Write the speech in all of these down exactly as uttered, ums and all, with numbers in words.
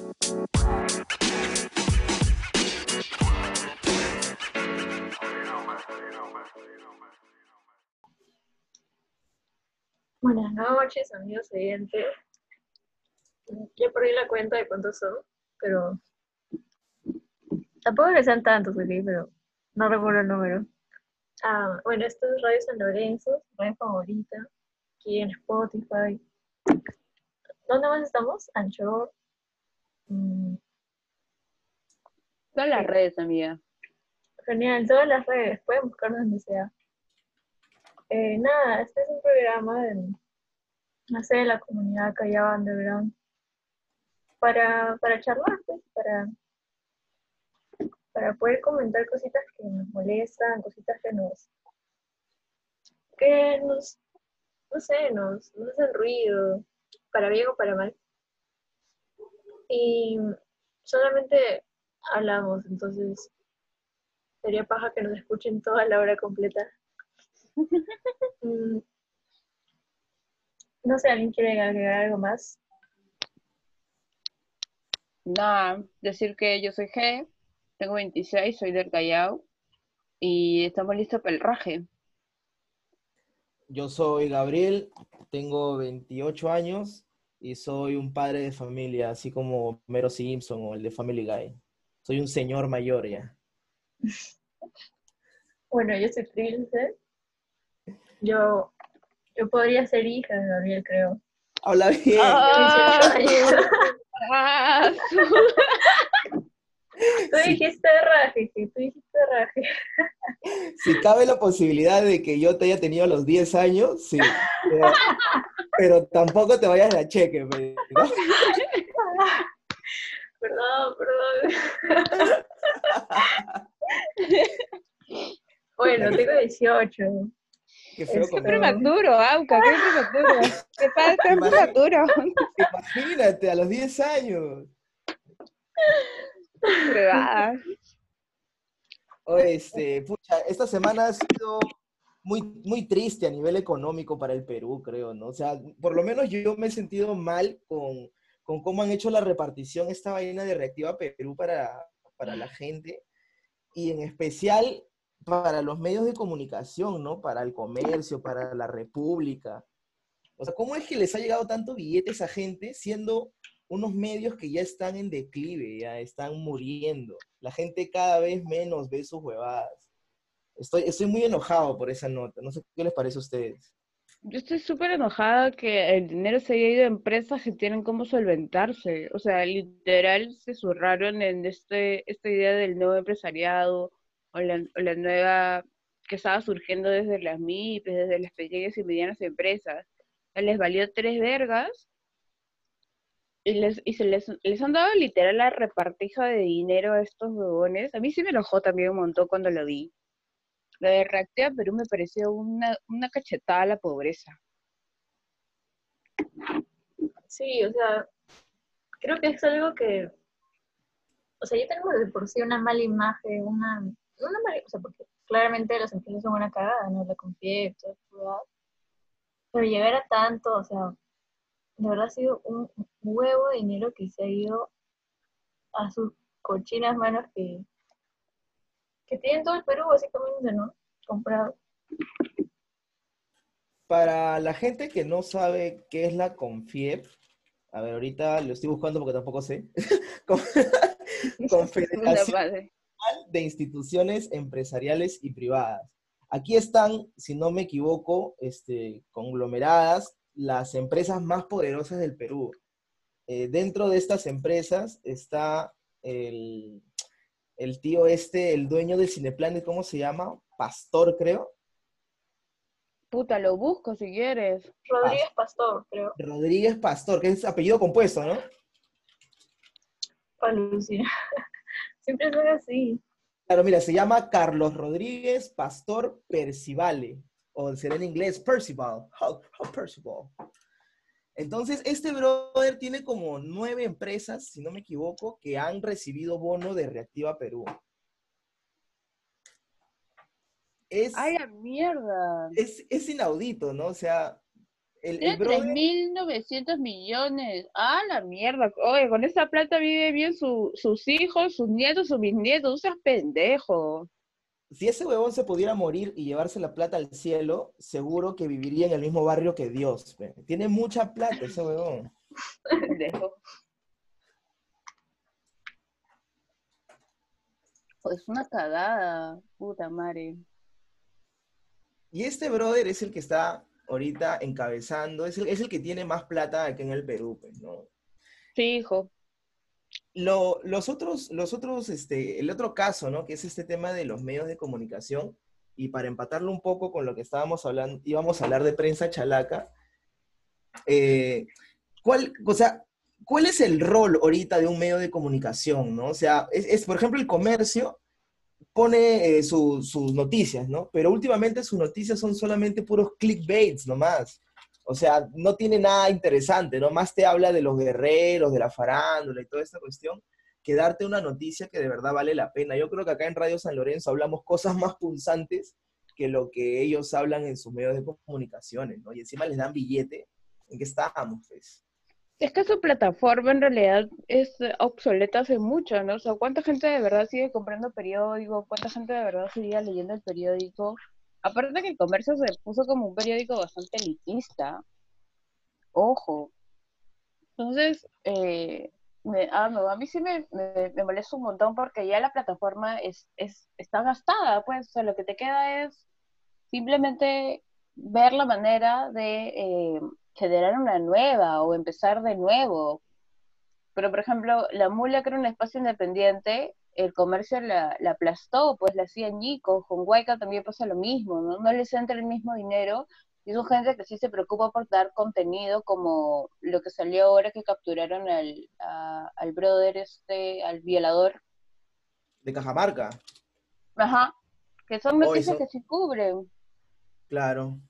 Buenas noches, amigos oyentes. Ya perdí la cuenta de cuántos son, pero tampoco que sean tantos, ¿ok? Pero no recuerdo el número. Ah, bueno, esto es Radio San Lorenzo, su radio favorita, aquí en Spotify. ¿Dónde más estamos? Anchor. Mm, Todas las sí, redes, amiga. genial, todas las redes, pueden buscarnos donde sea. Eh, nada, este es un programa de, no sé, de la comunidad Callao Underground para, para charlar, pues, para para poder comentar cositas que nos molestan, cositas que nos, que nos, no sé, nos, nos hacen ruido, para bien o para mal. Y solamente hablamos, entonces sería paja que nos escuchen toda la hora completa. Mm, no sé, ¿alguien quiere agregar algo más? Nada, decir que yo soy G, tengo veintiséis, soy del Callao y estamos listos para el raje. Yo soy Gabriel, tengo veintiocho años y soy un padre de familia, así como Mero Simpson o el de Family Guy. Soy un señor mayor ya. Bueno, yo soy Trilce. Yo, yo podría ser hija de Gabriel, creo. Habla bien. Tengo dieciocho ¡Ah, años. su! ¡Ah, su! Tú Si, dijiste raje, sí, tú dijiste raje. si cabe la posibilidad de que yo te haya tenido a los diez años, sí. Pero, pero tampoco te vayas de a cheque, pe, ¿no? Perdón, perdón. Bueno, tengo dieciocho. Qué feo ¡Qué Esto. comentario. prematuro, Auca! ¡Qué prematuro! ¡Qué padre tan Imagínate, prematuro! imagínate, a los diez años. ¡Huevada! O este, pucha, esta semana ha sido muy, muy triste a nivel económico para el Perú, creo, ¿no? O sea, por lo menos yo me he sentido mal con, con cómo han hecho la repartición esta vaina de Reactiva Perú para, para la gente y en especial para los medios de comunicación, ¿no? Para el comercio, para la República. O sea, ¿cómo es que les ha llegado tanto billete a esa gente siendo unos medios que ya están en declive, ya están muriendo? La gente cada vez menos ve sus huevadas. Estoy, estoy muy enojado por esa nota. No sé qué les parece a ustedes. Yo estoy súper enojada que el dinero se haya ido a empresas que tienen cómo solventarse. O sea, literal se zurraron en este, esta idea del nuevo empresariado o la, o la nueva que estaba surgiendo desde las M I P Es, desde las pequeñas y medianas empresas. O sea, les valió tres vergas y, les, y se les, les han dado literal la repartija de dinero a estos huevones. A mí sí me enojó también un montón cuando lo vi. Lo de Reactiva Perú me pareció una, una cachetada a la pobreza. Sí, o sea, creo que es algo que, o sea, ya tenemos de por sí una mala imagen, una, una mala, o sea, porque claramente las empresas son una cagada, ¿no? La confié, todo eso, pero llegar a tanto, o sea, de verdad ha sido un huevo de dinero que se ha ido a sus cochinas manos que, que tienen todo el Perú, básicamente, ¿no? Comprado. Para la gente que no sabe qué es la CONFIEP, a ver, ahorita lo estoy buscando porque tampoco sé. Una Confederación madre. de Instituciones Empresariales y Privadas. Aquí están, si no me equivoco, este, conglomeradas las empresas más poderosas del Perú. Eh, dentro de estas empresas está el, el tío este, el dueño del Cineplanet, ¿cómo se llama? Pastor, creo. Puta, lo busco si quieres. Rodríguez Pas- Pastor, creo. Rodríguez Pastor, que es apellido compuesto, ¿no? Alucina. Siempre son así. Claro, mira, se llama Carlos Rodríguez Pastor Percivale, o será en inglés Percival, How, how Percival. Entonces, este brother tiene como nueve empresas, si no me equivoco, que han recibido bono de Reactiva Perú. ¡Ay, Es, la mierda! es, es inaudito, ¿no? O sea, El, el Tiene tres brother, mil novecientos millones. ¡Ah, la mierda! Oye, con esa plata vive bien su, sus hijos, sus nietos, sus bisnietos. No seas pendejo. si ese huevón se pudiera morir y llevarse la plata al cielo, seguro que viviría en el mismo barrio que Dios. Pe. Tiene mucha plata ese huevón. Pendejo. Pues una cagada, puta madre. Y este brother es el que está ahorita encabezando, es el, es el que tiene más plata aquí en el Perú, pues, ¿no? Sí, hijo. Lo, los otros, los otros, este, el otro caso, ¿no? Que es este tema de los medios de comunicación, y para empatarlo un poco con lo que estábamos hablando, íbamos a hablar de prensa chalaca, eh, ¿cuál, o sea, ¿cuál es el rol ahorita de un medio de comunicación, ¿no? O sea, es, es, por ejemplo, el comercio pone eh, su- sus noticias, ¿no? Pero últimamente sus noticias son solamente puros clickbaits nomás. O sea, no tiene nada interesante, ¿no? Más te habla de los guerreros, de la farándula y toda esta cuestión, que darte una noticia que de verdad vale la pena. Yo creo que acá en Radio San Lorenzo hablamos cosas más punzantes que lo que ellos hablan en sus medios de comunicaciones, ¿no? Y encima les dan billete. ¿En qué estábamos, pues? Es que su plataforma en realidad es eh, obsoleta hace mucho, ¿no? O sea, ¿cuánta gente de verdad sigue comprando periódico? ¿Cuánta gente de verdad sigue leyendo el periódico? Aparte que el comercio se puso como un periódico bastante elitista. Ojo. Entonces, eh, me- ah, no, a mí sí me, me, me molesta un montón porque ya la plataforma es, es, está gastada, pues, o sea, lo que te queda es simplemente ver la manera de eh, generar una nueva o empezar de nuevo. Pero, por ejemplo, la mula, que era un espacio independiente, el comercio la, la aplastó, pues la hacía añicos. Con Huayca también pasa lo mismo, ¿no? No les entra el mismo dinero. Y son gente que sí se preocupa por dar contenido, como lo que salió ahora que capturaron al, a- al brother este, al violador. De Cajamarca. Ajá, que son O noticias eso, que sí cubren. claro.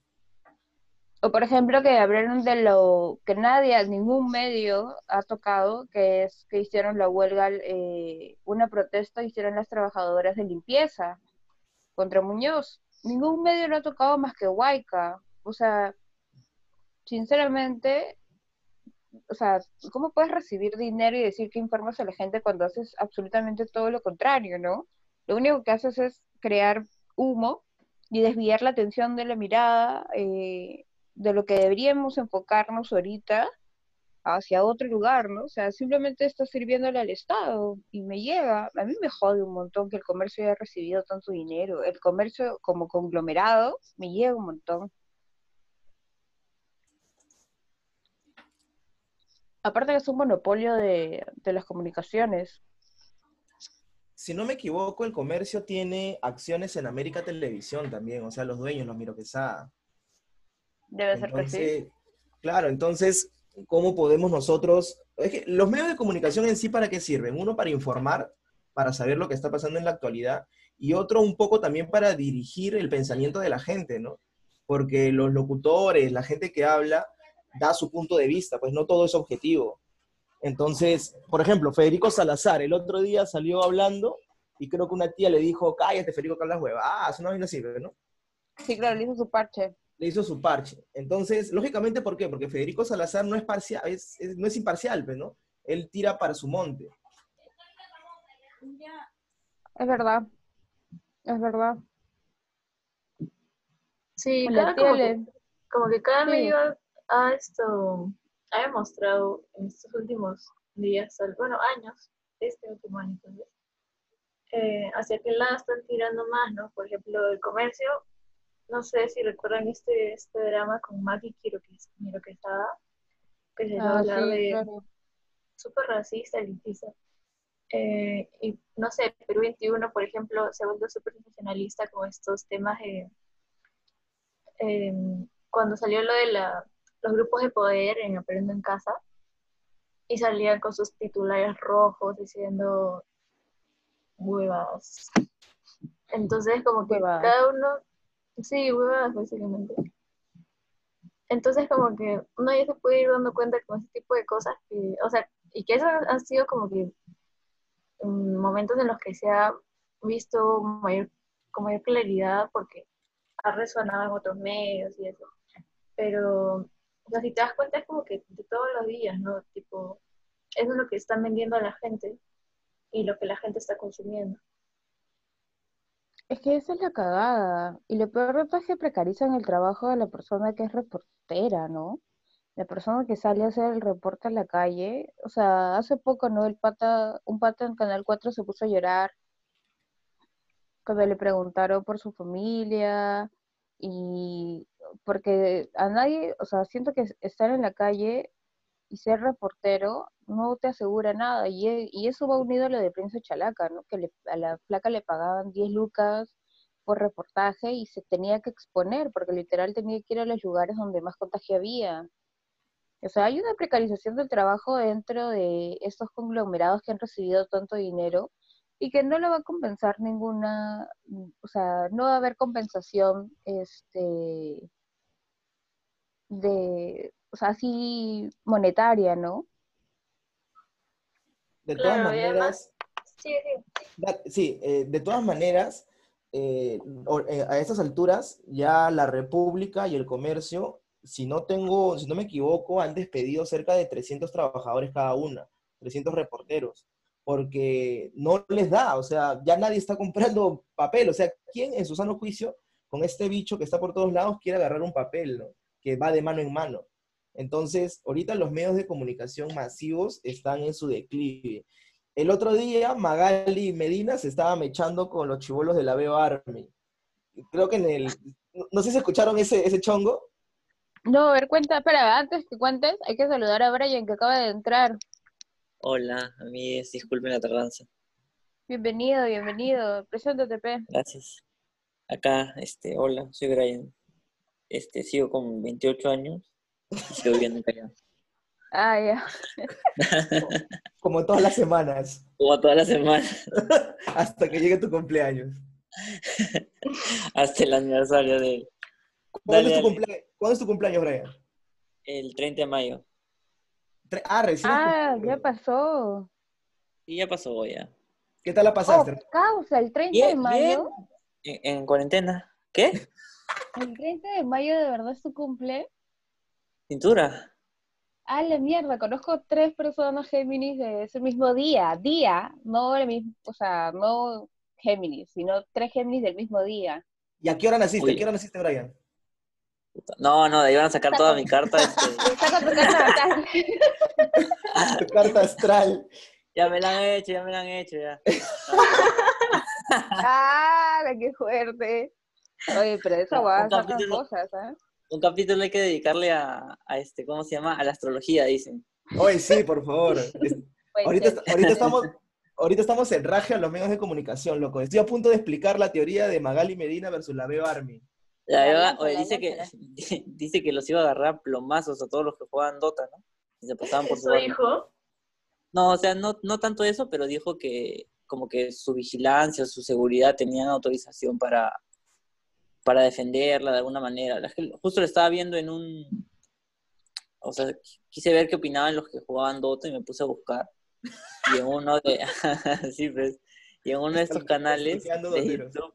O por ejemplo que hablaron de lo que nadie, ningún medio ha tocado, que es que hicieron la huelga, eh, una protesta hicieron las trabajadoras de limpieza contra Muñoz. Ningún medio lo ha tocado más que Huayca. O sea, sinceramente, o sea, ¿cómo puedes recibir dinero y decir que informas a la gente cuando haces absolutamente todo lo contrario, ¿no? Lo único que haces es crear humo y desviar la atención de la mirada eh, de lo que deberíamos enfocarnos ahorita hacia otro lugar, ¿no? O sea, simplemente está sirviéndole al Estado y me llega, a mí me jode un montón que el comercio haya recibido tanto dinero. El comercio como conglomerado me llega un montón. Aparte que es un monopolio de, de las comunicaciones. Si no me equivoco, el comercio tiene acciones en América Televisión también, o sea, los dueños, los Miro Quesada. Debe ser que sí. Entonces, claro, entonces, ¿cómo podemos nosotros? Es que los medios de comunicación en sí, ¿para qué sirven? Uno, para informar, para saber lo que está pasando en la actualidad, y otro, un poco también para dirigir el pensamiento de la gente, ¿no? Porque los locutores, la gente que habla, da su punto de vista, pues no todo es objetivo. Entonces, por ejemplo, Federico Salazar el otro día salió hablando y creo que una tía le dijo, cállate, Federico, que hablas hueva. Ah, eso no vaina así, ¿no? Sí, claro, le hizo su parche. Le hizo su parche. Entonces, lógicamente, ¿por qué? Porque Federico Salazar no es parcial, es, es- no es imparcial, pues, ¿no? Él tira para su monte. Es verdad, es verdad. Sí, La cada tía como que, le... como que cada Sí, medio ha esto, ha demostrado en estos últimos días, al- bueno, años, este último año tal vez, eh, hacia qué lado están tirando más, ¿no? Por ejemplo, el comercio, no sé si recuerdan este, este drama con Maki Quiroquis- Quiroquesada, que se iba a ah, hablar sí, de claro. súper racista, elitista. Eh, y no sé, Perú veintiuno, por ejemplo, se ha vuelto súper sensacionalista con estos temas de eh, cuando salió lo de la, los grupos de poder en Aprendo en Casa y salían con sus titulares rojos diciendo huevas. Entonces, como que Huevadas. cada uno, sí, huevas, básicamente. Entonces, como que uno ya se puede ir dando cuenta con ese tipo de cosas que, o sea, y que eso han sido como que mm, momentos en los que se ha visto mayor, con mayor claridad porque ha resonado en otros medios y eso. Pero O sea, si te das cuenta es como que de todos los días, ¿no? Tipo, eso es lo que están vendiendo a la gente y lo que la gente está consumiendo. Es que esa es la cagada. Y lo peor de todo es que precarizan el trabajo de la persona que es reportera, ¿no? La persona que sale a hacer el reporte a la calle. O sea, hace poco, ¿no? El pata, un pata en Canal cuatro se puso a llorar cuando le preguntaron por su familia y porque a nadie, o sea, siento que estar en la calle y ser reportero no te asegura nada y, e- y eso va unido a lo de Prensa Chalaca, ¿no? Que le- a la flaca le pagaban diez lucas por reportaje y se tenía que exponer porque literal tenía que ir a los lugares donde más contagio había. O sea, hay una precarización del trabajo dentro de estos conglomerados que han recibido tanto dinero y que no lo va a compensar ninguna, mm, o sea, no va a haber compensación, este, de, o sea, así monetaria, ¿no? De todas Claro, y además, maneras, sí, sí, da- sí, eh, de todas maneras, eh, o- eh, a estas alturas ya la República y el comercio, si no tengo, si no me equivoco, han despedido cerca de trescientos trabajadores cada una, trescientos reporteros, porque no les da, o sea, ya nadie está comprando papel, o sea, ¿quién en su sano juicio, con este bicho que está por todos lados, quiere agarrar un papel, ¿no? Que va de mano en mano? Entonces, ahorita los medios de comunicación masivos están en su declive. El otro día Magali Medina se estaba mechando con los chibolos de la Veo Army. Creo que en el... No, no sé si escucharon ese, ese chongo. No, a ver, cuenta, espera, antes que cuentes, hay que saludar a Brian que acaba de entrar. Hola, amigues, disculpen la tardanza. Bienvenido, bienvenido, preséntate, P. Gracias. Acá, este, hola, soy Brian. Este, sigo con veintiocho años y sigo viviendo en Callao. Ah, ya. Como todas las semanas, Como toda la semana, hasta que llegue tu cumpleaños. hasta el aniversario de él. ¿Cuándo Dale, es tu dale. cumple- ¿Cuándo es tu cumpleaños, Brian? El treinta de mayo. Tre- Ah, recién has Ah, ya cumplido. pasó. Y ya pasó ya. ¿Qué tal la Oh, pasaste? causa, el treinta de Bien, bien. mayo. En, en cuarentena. ¿Qué? El treinta de mayo de verdad es tu cumple. ¿Cintura? Ah, la mierda, conozco tres personas Géminis de ese mismo día. Día, no el mismo, o sea, no Géminis, sino tres Géminis del mismo día. ¿Y a qué hora naciste? ¿A qué Uy, hora naciste, Brian? puta. No, no, de ahí van a sacar toda mi carta, este. Saca tu carta natal. Tu carta astral. Ya me la han hecho, ya me la han hecho, ya. No, Ah, qué fuerte. Oye, pero de esa no, un guada sacan capítulo, cosas, ¿eh? un capítulo hay que dedicarle a, a este, ¿cómo se llama? A la astrología, dicen. Oye, sí, por favor. Es- Puede ahorita, ser, est- puede ahorita ser. estamos, ahorita estamos en raje a los medios de comunicación, loco. Estoy a punto de explicar la teoría de Magali Medina versus la Veo Army. La Ya, Eva, oye, lánzala, dice que, lánzala. dice que los iba a agarrar a plomazos a todos los que jugaban Dota, ¿no? Y se pasaban por su eso barrio. dijo. No, o sea, no, no tanto eso, pero dijo que como que su vigilancia, su seguridad tenían autorización para, para defenderla de alguna manera. La que- justo lo estaba viendo en un... O sea, quise ver qué opinaban los que jugaban Dota y me puse a buscar. Y en uno de... sí, pues. Y en uno de estos Stal- canales Stalkeando de doteros. YouTube,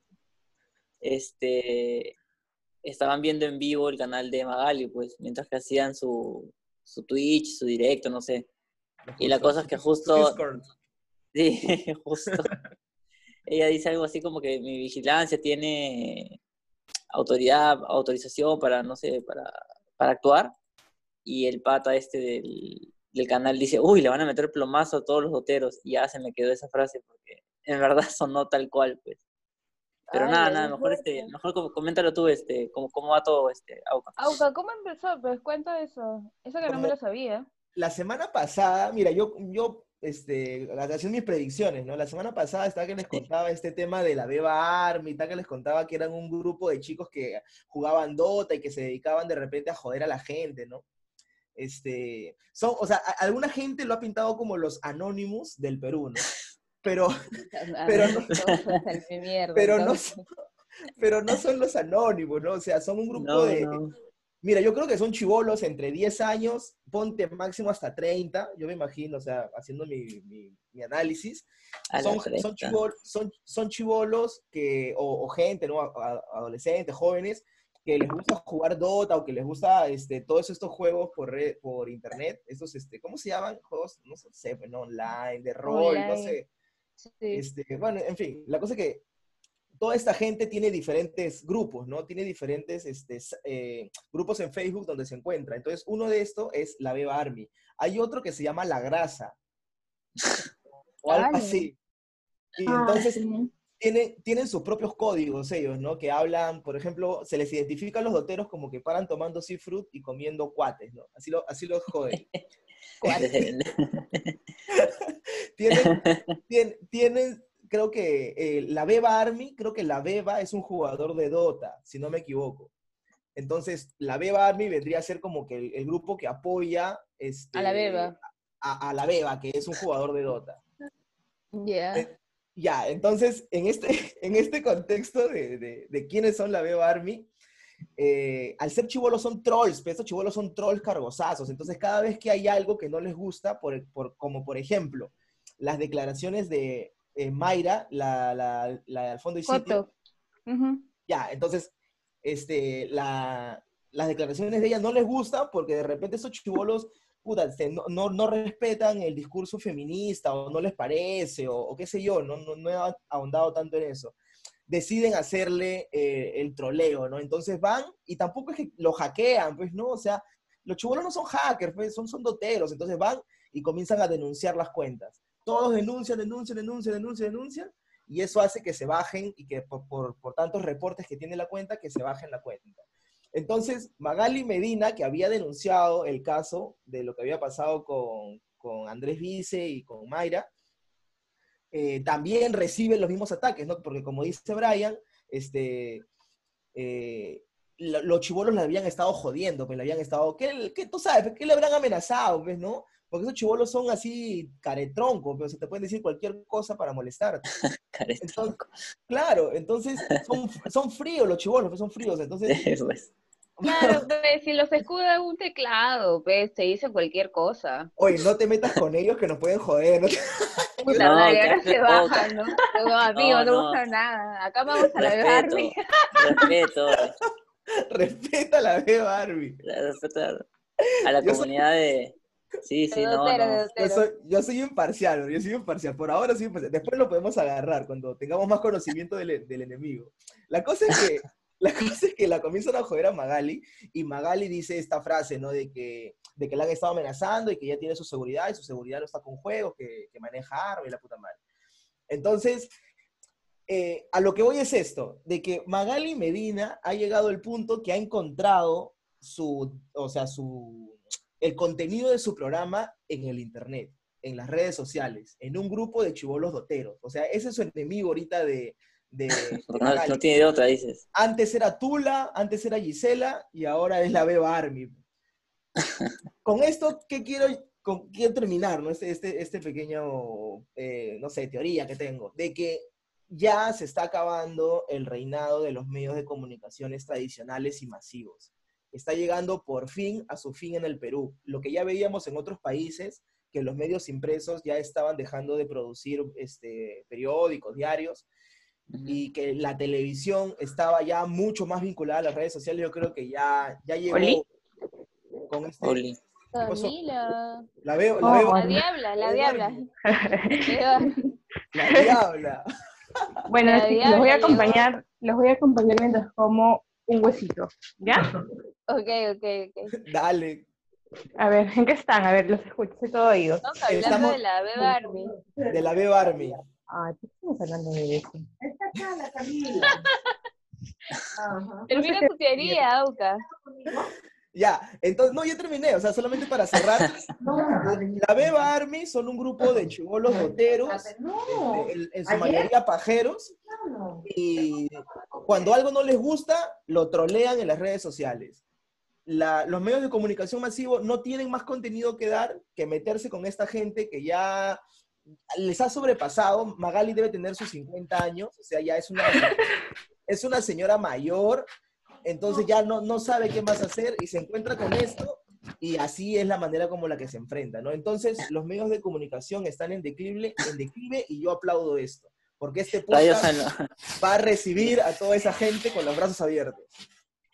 este... estaban viendo en vivo el canal de Magali, pues, mientras que hacían su, su Twitch, su directo, no sé. Y la Justo, cosa es su- que su justo, Discord. sí, justo, ella dice algo así como que mi vigilancia tiene autoridad, autorización para, no sé, para, para actuar. Y el pata este del, del canal dice, uy, le van a meter plomazo a todos los doteros. Y ya se me quedó esa frase porque en verdad sonó tal cual, pues. Pero nada, Ay, nada, qué mejor este, fuerte. mejor com- coméntalo tú, este, cómo, cómo va todo, este, Auca. Auca, ¿cómo empezó? Pues cuenta eso. Eso que no me Bueno, lo sabía. la semana pasada, mira, yo, yo este, haciendo mis predicciones, ¿no? La semana pasada estaba que les contaba este tema de la Beba Army, estaba que les contaba que eran un grupo de chicos que jugaban Dota y que se dedicaban de repente a joder a la gente, ¿no? Este, son, o sea, a- alguna gente lo ha pintado como los Anonymous del Perú, ¿no? Pero, pero no, Entonces, mi mierda, pero no, entonces. son- pero no son los Anónimos, ¿no? O sea, son un grupo No, de, no. mira, yo creo que son chivolos entre diez años, ponte máximo hasta treinta, yo me imagino, o sea, haciendo mi, mi- mi análisis, A la son, son, treinta. chibol- son, son chivolos que, o, o gente, ¿no? A- a- adolescentes, jóvenes, que les gusta jugar Dota o que les gusta este, todos estos juegos por, red, por internet, estos, este, ¿cómo se llaman? Juegos, no sé, bueno, online, de rol, Online. no sé. Sí. Este, bueno, en fin, la cosa es que toda esta gente tiene diferentes grupos, ¿no? Tiene diferentes este, eh, grupos en Facebook donde se encuentra. Entonces, uno de estos es la Beba Army. Hay otro que se llama La Grasa, o algo Ay. así. Y Ah, entonces sí. tienen, tienen sus propios códigos ellos, ¿no? Que hablan, por ejemplo, se les identifica a los doteros como que paran tomando seafood y comiendo cuates, ¿no? Así, lo, así los joden. tienen, tienen, tienen, creo que eh, la Beba Army, creo que la Beba es un jugador de Dota, si no me equivoco. Entonces, la Beba Army vendría a ser como que el, el grupo que apoya este, A la beba. A, a la Beba, que es un jugador de Dota. Ya. Eh, ya, entonces, en este, en este contexto de, de, de quiénes son la Beba Army, eh, al ser chibolos son trolls, pero estos chibolos son trolls cargosazos. Entonces, cada vez que hay algo que no les gusta, por, por, como por ejemplo, las declaraciones de eh, Mayra, la, la, la de Al fondo y sitio, Foto. Ujú. ya, entonces, este, la, las declaraciones de ella no les gustan porque de repente esos chibolos puta, este, no, no, no respetan el discurso feminista o no les parece o, o qué sé yo, no, no, no he ahondado tanto en eso. Deciden hacerle eh, el troleo, ¿no? Entonces van y tampoco es que lo hackean, pues, ¿no? O sea, los chibolos no son hackers, pues, son, son doteros, entonces van y comienzan a denunciar las cuentas. Todos denuncian, denuncian, denuncian, denuncian, denuncian, y eso hace que se bajen y que por, por, por tantos reportes que tiene la cuenta, que se bajen la cuenta. Entonces, Magali Medina, que había denunciado el caso de lo que había pasado con, con Andrés Vice y con Mayra, eh, también recibe los mismos ataques, ¿no? Porque como dice Brian, este, eh, lo, los chibolos le habían estado jodiendo, pues le habían estado, ¿qué, qué tú sabes? ¿Qué le habrán amenazado, pues, no? Porque esos chibolos son así caretroncos, pero se te pueden decir cualquier cosa para molestarte. Entonces, claro, entonces son, son fríos los chibolos, pues son fríos, entonces... Pues. Claro, pues, si los escuda un teclado, pues, te dice cualquier cosa. Oye, no te metas con ellos que nos pueden joder. ¿No? Puta No, madre, que ahora hable se poco. bajan, ¿no? No, amigo, No, no, no. pasa nada. Acá vamos a la Respeto, Barbie. respeto, Respeta la B Barbie. respeto a la Yo soy, comunidad de... Sí, sí, De no, dotero, de no. yo, dotero. soy, yo soy imparcial, yo soy imparcial. Por ahora soy imparcial. Después lo podemos agarrar cuando tengamos más conocimiento del, del enemigo. La cosa es que la cosa es que la comienzan a joder a Magali y Magali dice esta frase, ¿no? De que, de que la han estado amenazando y que ya tiene su seguridad y su seguridad no está con juegos, que, que maneja armas y la puta madre. Entonces, eh, a lo que voy es esto, de que Magali Medina ha llegado al punto que ha encontrado su, o sea, su, el contenido de su programa en el internet, en las redes sociales, en un grupo de chibolos doteros. O sea, ese es su enemigo ahorita de, de, de No, Magali. no tiene de otra, dices. Antes era Tula, antes era Gisela y ahora es la Beba Army. Con esto, ¿qué quiero, con, quiero terminar? ¿No? Este, este, este pequeño, eh, no sé, teoría que tengo, de que ya se está acabando el reinado de los medios de comunicaciones tradicionales y masivos. Está llegando por fin a su fin en el Perú. Lo que ya veíamos en otros países, que los medios impresos ya estaban dejando de producir este, periódicos, diarios, uh-huh. y que la televisión estaba ya mucho más vinculada a las redes sociales. Yo creo que ya, ya llegó ¿Oli? con este... Oli. Camila. La veo, la Oh, veo. la diabla, la diabla. La diabla. Bueno, La chicos, diabla los voy a llegó. acompañar, los voy a acompañar mientras como un huesito, ¿ya? Ok, ok, ok. Dale. A ver, ¿en qué están? A ver, los escucho, estoy todo oído. Estamos hablando Estamos- de la Beba Army. De la Beba Army. Ay, ¿por qué estamos hablando de eso? Está acá la Camila. Ajá. Termina tu teoría, Auca. Ya, entonces, no, ya terminé, o sea, solamente para cerrar. La, la Beba Army son un grupo de chibolos doteros, No, en, en su ¿ayer? mayoría pajeros, no. y cuando algo no les gusta, lo trolean en las redes sociales. La- los medios de comunicación masivos no tienen más contenido que dar que meterse con esta gente que ya les ha sobrepasado. Magali debe tener sus cincuenta años, o sea, ya es una, es una señora mayor, entonces ya no, no sabe qué más hacer y se encuentra con esto, y así es la manera como la que se enfrenta, ¿no? Entonces, los medios de comunicación están en declive, en declive y yo aplaudo esto, porque este Radio podcast Sano. va a recibir a toda esa gente con los brazos abiertos.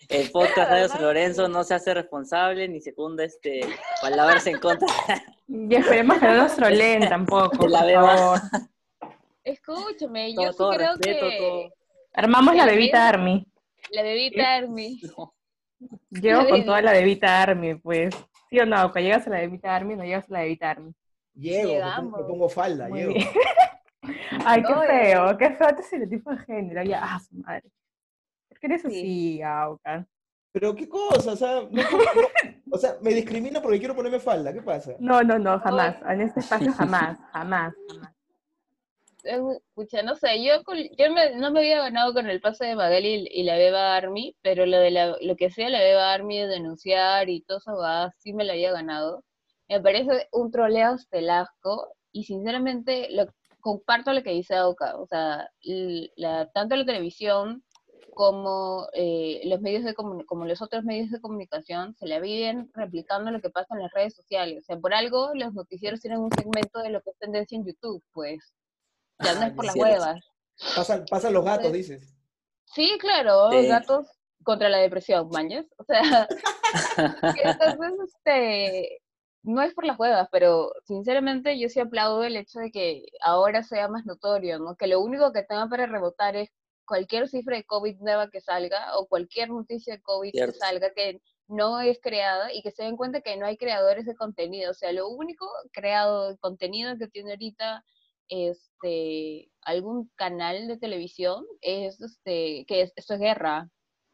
El podcast Radio San ¿verdad? Lorenzo no se hace responsable ni secunda este, palabras en contra Y esperemos que no nos troleen tampoco, de por la beba. favor. Escúchame, yo Todo, sí todo creo respeto, que todo. Armamos que la los bebita medios- Army. la bebita Army. Llego La con toda la bebita. bebita Army, pues. ¿Sí o no? Cuando llegas a la bebita Army, no llegas a la bebita Army. Llego, me pongo, me Llegamos. pongo falda, Muy llego. bien. Ay, qué Oye. feo, qué feo este estereotipo de género. Ya, ah, su madre. ¿Por qué eres Sí. así, Auca? Pero qué cosa, o sea, no, no- no- o sea, me discrimina porque quiero ponerme falda, ¿qué pasa? No, no, no, jamás. En este espacio jamás, jamás, jamás. Escucha, no sé, yo, con- yo me- no me había ganado con el pase de Magali y, y la Beba Army, pero lo de la, lo que hacía la Beba Army de denunciar y todo eso, sí me lo había ganado. Me parece un troleo estelasco y sinceramente lo, comparto lo que dice Auca, o sea, l- la, tanto la televisión como eh, los medios de comuni- como los otros medios de comunicación se la viven replicando lo que pasa en las redes sociales. O sea, por algo los noticieros tienen un segmento de lo que es tendencia en YouTube, pues. O sea, no Ah, es por ya. las Cierto. huevas. Pasan, pasan los gatos, Entonces, dices. sí, claro, Sí. gatos contra la depresión, mañas. O sea, entonces, este, no es por las huevas, pero sinceramente yo sí aplaudo el hecho de que ahora sea más notorio, ¿no? Que lo único que tenga para rebotar es cualquier cifra de COVID nueva que salga o cualquier noticia de COVID Cierto. que salga que no es creada y que se den cuenta que no hay creadores de contenido. O sea, lo único creado de contenido que tiene ahorita este algún canal de televisión es este que es, esto es guerra.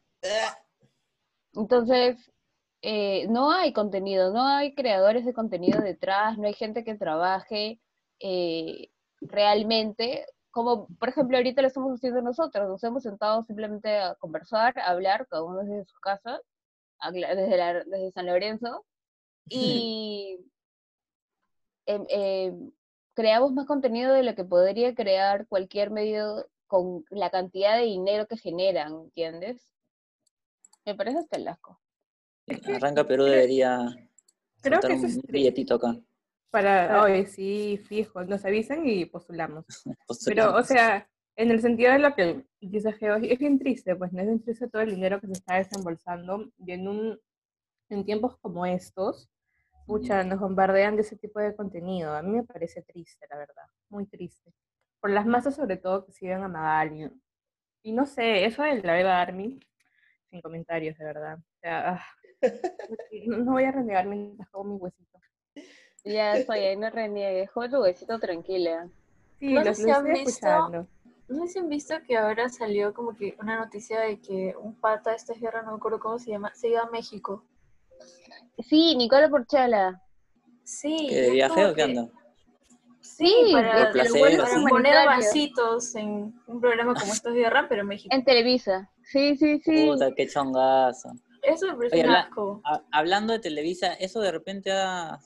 Entonces, eh, no hay contenido, no hay creadores de contenido detrás, no hay gente que trabaje eh, realmente, como por ejemplo ahorita lo estamos haciendo nosotros, nos hemos sentado simplemente a conversar, a hablar, cada uno desde su casa, a- desde, la- desde San Lorenzo, y em, em, creamos más contenido de lo que podría crear cualquier medio con la cantidad de dinero que generan, ¿entiendes? Me parece hasta el asco. Arranca Perú Creo- debería Creo soltar que eso un es tri- billetito acá. Para, Ah. oye, sí, fijo, nos avisan y postulamos. Pero, o Postulamos. sea, en el sentido de lo que dice Geo, es bien triste, pues no es bien triste todo el dinero que se está desembolsando y en un en tiempos como estos, pucha, nos bombardean de ese tipo de contenido. A mí me parece triste, la verdad, muy triste. Por las masas sobre todo que siguen a Magali. Y no sé, eso de la Eva Army, sin comentarios, de verdad. O sea, ah, no, no voy a renegar mientras hago mi huesito. Ya estoy ahí, no reniegues, juega tu besito tranquila. Sí, No sé los, si los han estoy visto- escuchando. No sé si han visto que ahora salió como que una noticia de que un pata de esta guerra, no me acuerdo cómo se llama, se iba a México. Sí, Nicola Porchala. Sí, ¿Que y de es viaje como o qué que- anda? Sí, Sí, para, Por de los placer, vuelos así. para poner humanitarios avancitos en un programa como estos de guerra, pero en México. en Televisa. Sí, sí, sí. Puta, qué chongazo. Eso me parece Oye, un habla- asco. Ha- hablando de Televisa, eso de repente ha...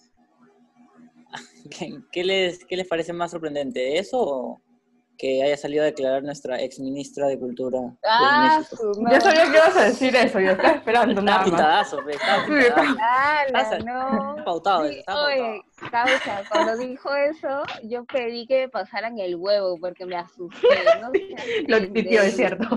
¿Qué, qué les, ¿Qué les parece más sorprendente? ¿Eso o que haya salido a declarar nuestra ex ministra de Cultura de Ah, México? su Yo madre. sabía que ibas a decir eso, yo estaba esperando Estaba nada más. pintadazo, pe, estaba Sí, pintadazo. ¡Hala, Estaba no! pautado eso, Sí, estaba oye, causa, cuando dijo eso, yo pedí que me pasaran el huevo porque me asusté. No seas Lo tuiteó, es pendeja. cierto.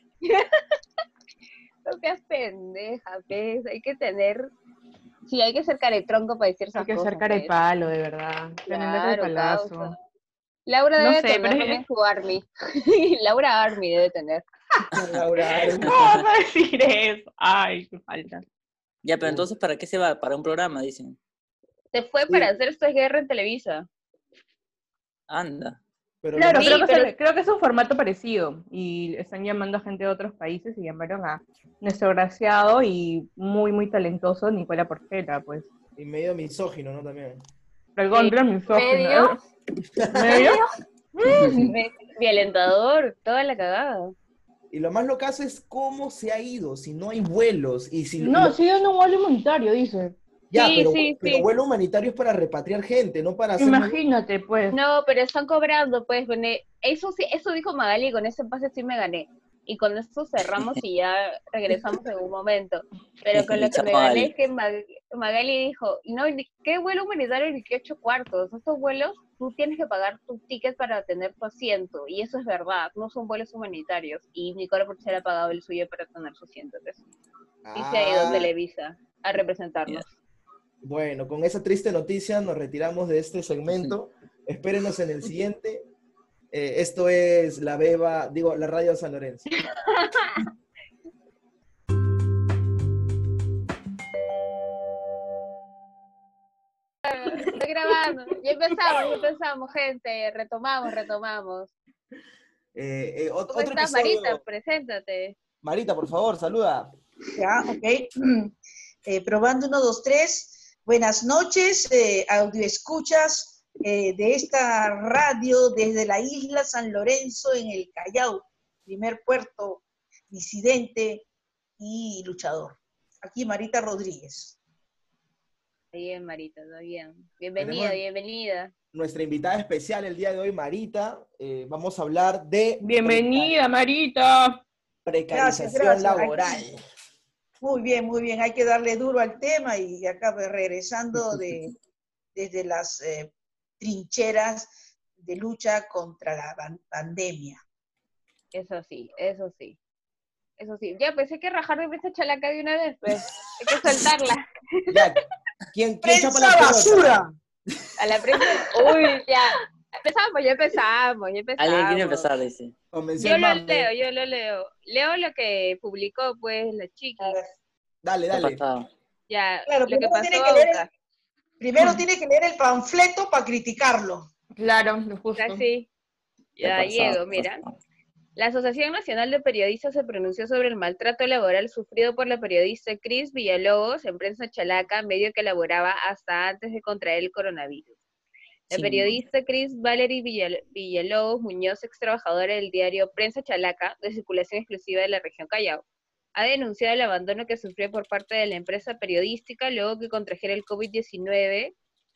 No seas pendeja, ¿ves? Hay que tener... Sí, hay que ser caretronco para decir esas Hay que cosas, ser cara de ¿ves? palo, de verdad. Tremendo Claro, carepalazo. causa. Laura No debe sé, tener pero- también su Army. Laura Army debe tener. Laura Army. ¿Cómo vas a decir eso? Ay, qué falta. Ya, pero entonces, ¿para qué se va? Para un programa, dicen. Se fue Sí. para hacer esta guerra en Televisa. Anda. Pero lo Claro, más- Sí, creo, que pero- se- creo que es un formato parecido. Y están llamando a gente de otros países y llamaron a nuestro graciado y muy, muy talentoso Nicola Porchela, pues. y medio misógino, ¿no? También. Recontra misógino. ¿Medio? ¿Medio? Me- Violentador, toda la cagada. Y lo más locazo es cómo se ha ido, si no hay vuelos. Y si No, lo- sigue dando un vuelo humanitario, dice. ya, Sí, pero, sí, pero sí. vuelo humanitario es para repatriar gente, no para hacer... Imagínate, pues. No, pero están cobrando, pues, bueno, eso sí, eso dijo Magali, y con ese pase sí me gané. Y con eso cerramos y ya regresamos en un momento. Pero con lo que me Chao, gané Magali. es que Mag- Magali dijo, no, ni- ¿qué vuelo humanitario ni qué ocho cuartos? Estos vuelos, tú tienes que pagar tu ticket para tener tu asiento. Y eso es verdad, no son vuelos humanitarios. Y Nicola Porchela ha pagado el suyo para tener su asiento. Entonces, Y se ha ido Ah, Televisa a representarnos. bueno, con esa triste noticia nos retiramos de este segmento. Espérenos en el siguiente. Eh, esto es la Beba, digo, la Radio San Lorenzo. Estoy grabando. Ya empezamos, ya empezamos, gente. Retomamos, retomamos. Eh, eh, ot- ¿Cómo otro estás, episodio. Marita? Preséntate. Marita, por favor, saluda. Ya, ok. Eh, probando uno, dos, tres. Buenas noches, eh, audio escuchas eh, de esta radio desde la isla San Lorenzo en el Callao, primer puerto disidente y luchador. Aquí Marita Rodríguez. Está bien, Marita, está bien. Bienvenida, Tenemos bienvenida. nuestra invitada especial el día de hoy, Marita. Eh, vamos a hablar de Bienvenida, Marita. precarización Gracias, gracias. laboral. Aquí. Muy bien, muy bien. Hay que darle duro al tema y acá pues, regresando de, desde las eh, trincheras de lucha contra la pan- pandemia. Eso sí, eso sí. Eso sí. Ya, pues hay que rajar de esta chalaca de una vez, pues. Hay que soltarla. Ya, ¿quién, quién chapa la ¡Prensa pelota? basura! A la prensa. Uy, ya. Empezamos, ya empezamos, ya empezamos. Alguien quiere empezar, dice. Convenció Yo al lo mame. leo, yo lo leo. Leo lo que publicó, pues, la chica. Dale, ¿Qué ha dale. pasado? Ya, Claro, lo que primero pasó tiene que leer el- Aucas. Primero tiene que leer el panfleto para criticarlo. Claro, justo. Casi. ¿Qué ha Ya pasado? llego, mira. La Asociación Nacional de Periodistas se pronunció sobre el maltrato laboral sufrido por la periodista Cris Villalobos en Prensa Chalaca, medio que laboraba hasta antes de contraer el coronavirus. La Sí. periodista Cris Valerie Villal- Villalobos Muñoz, ex trabajadora del diario Prensa Chalaca, de circulación exclusiva de la región Callao, ha denunciado el abandono que sufrió por parte de la empresa periodística luego que contrajera el COVID diecinueve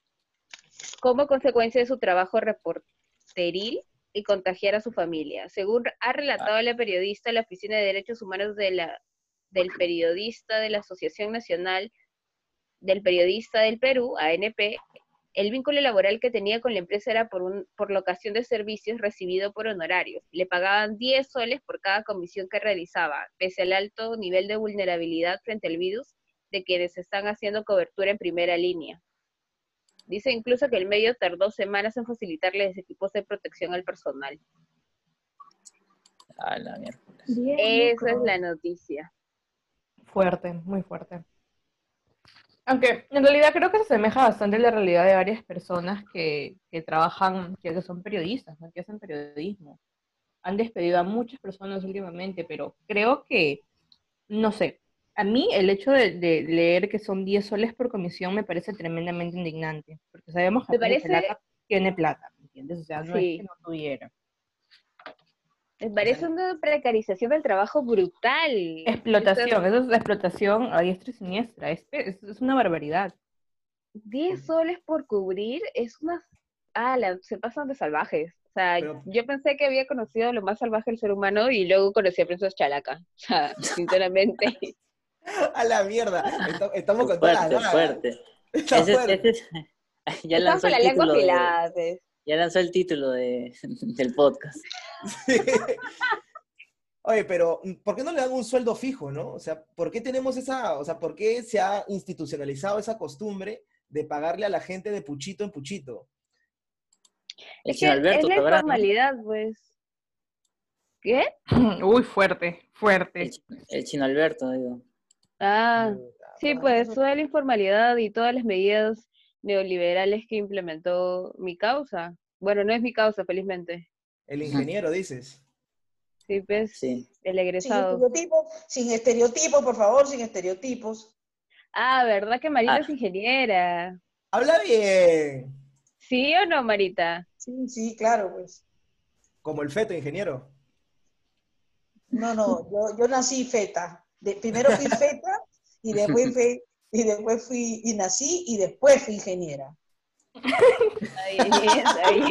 como consecuencia de su trabajo reporteril y contagiar a su familia. Según ha relatado la periodista, la Oficina de Derechos Humanos de la, del Periodista de la Asociación Nacional del Periodista del Perú, A N P, el vínculo laboral que tenía con la empresa era por, un, por locación de servicios recibido por honorarios. Le pagaban diez soles por cada comisión que realizaba, pese al alto nivel de vulnerabilidad frente al virus de quienes están haciendo cobertura en primera línea. Dice incluso que el medio tardó semanas en facilitarles equipos de protección al personal. A la mierda. Esa es la noticia. Fuerte, muy fuerte. Aunque en realidad creo que se asemeja bastante a la realidad de varias personas que, que trabajan, que son periodistas, ¿no? Que hacen periodismo. Han despedido a muchas personas últimamente, pero creo que, no sé, a mí el hecho de, de leer que son diez soles por comisión me parece tremendamente indignante, porque sabemos que ¿Te Prensa parece? Chalaca tiene plata, ¿me entiendes? O sea, no Sí. es que no tuviera. Me parece una precarización del trabajo brutal. Explotación, eso es la explotación a diestra y siniestra, es, es, es una barbaridad. diez soles por cubrir es una... Ah, la- se pasan de salvajes. O sea, Pero- yo pensé que había conocido lo más salvaje del ser humano y luego conocí a Prensa Chalaca. O sea, sinceramente. A la mierda. Esta- Estamos con todas las Fuerte, ganas. fuerte. Está Ese, fuerte. ese es- ya Estamos lanzó con el la lengua título de, afilada, pues. ya lanzó el título de, del podcast. Sí. Oye, pero ¿por qué no le dan un sueldo fijo, no? O sea, ¿por qué tenemos esa, o sea, por qué se ha institucionalizado esa costumbre de pagarle a la gente de puchito en puchito? El Es chino que Alberto, es la ¿te acuerdas, no? informalidad, pues. ¿Qué? Uy, fuerte, fuerte. El, chi- el chino Alberto, digo. Ah, sí, Puta pues madre. toda la informalidad y todas las medidas neoliberales que implementó mi causa. Bueno, no es mi causa, felizmente. El ingeniero, dices. Sí, pues, Sí. el Sin egresado. estereotipos, sin estereotipos, por favor, sin estereotipos. Ah, ¿verdad que Marita Ah. es ingeniera? Habla bien. ¿Sí o no, Marita? Sí, sí, claro, pues. Como el feto, ingeniero. No, no, yo, yo nací feta. De, primero fui feta y después fui, y después fui, y nací y después fui ingeniera. Ahí, ahí.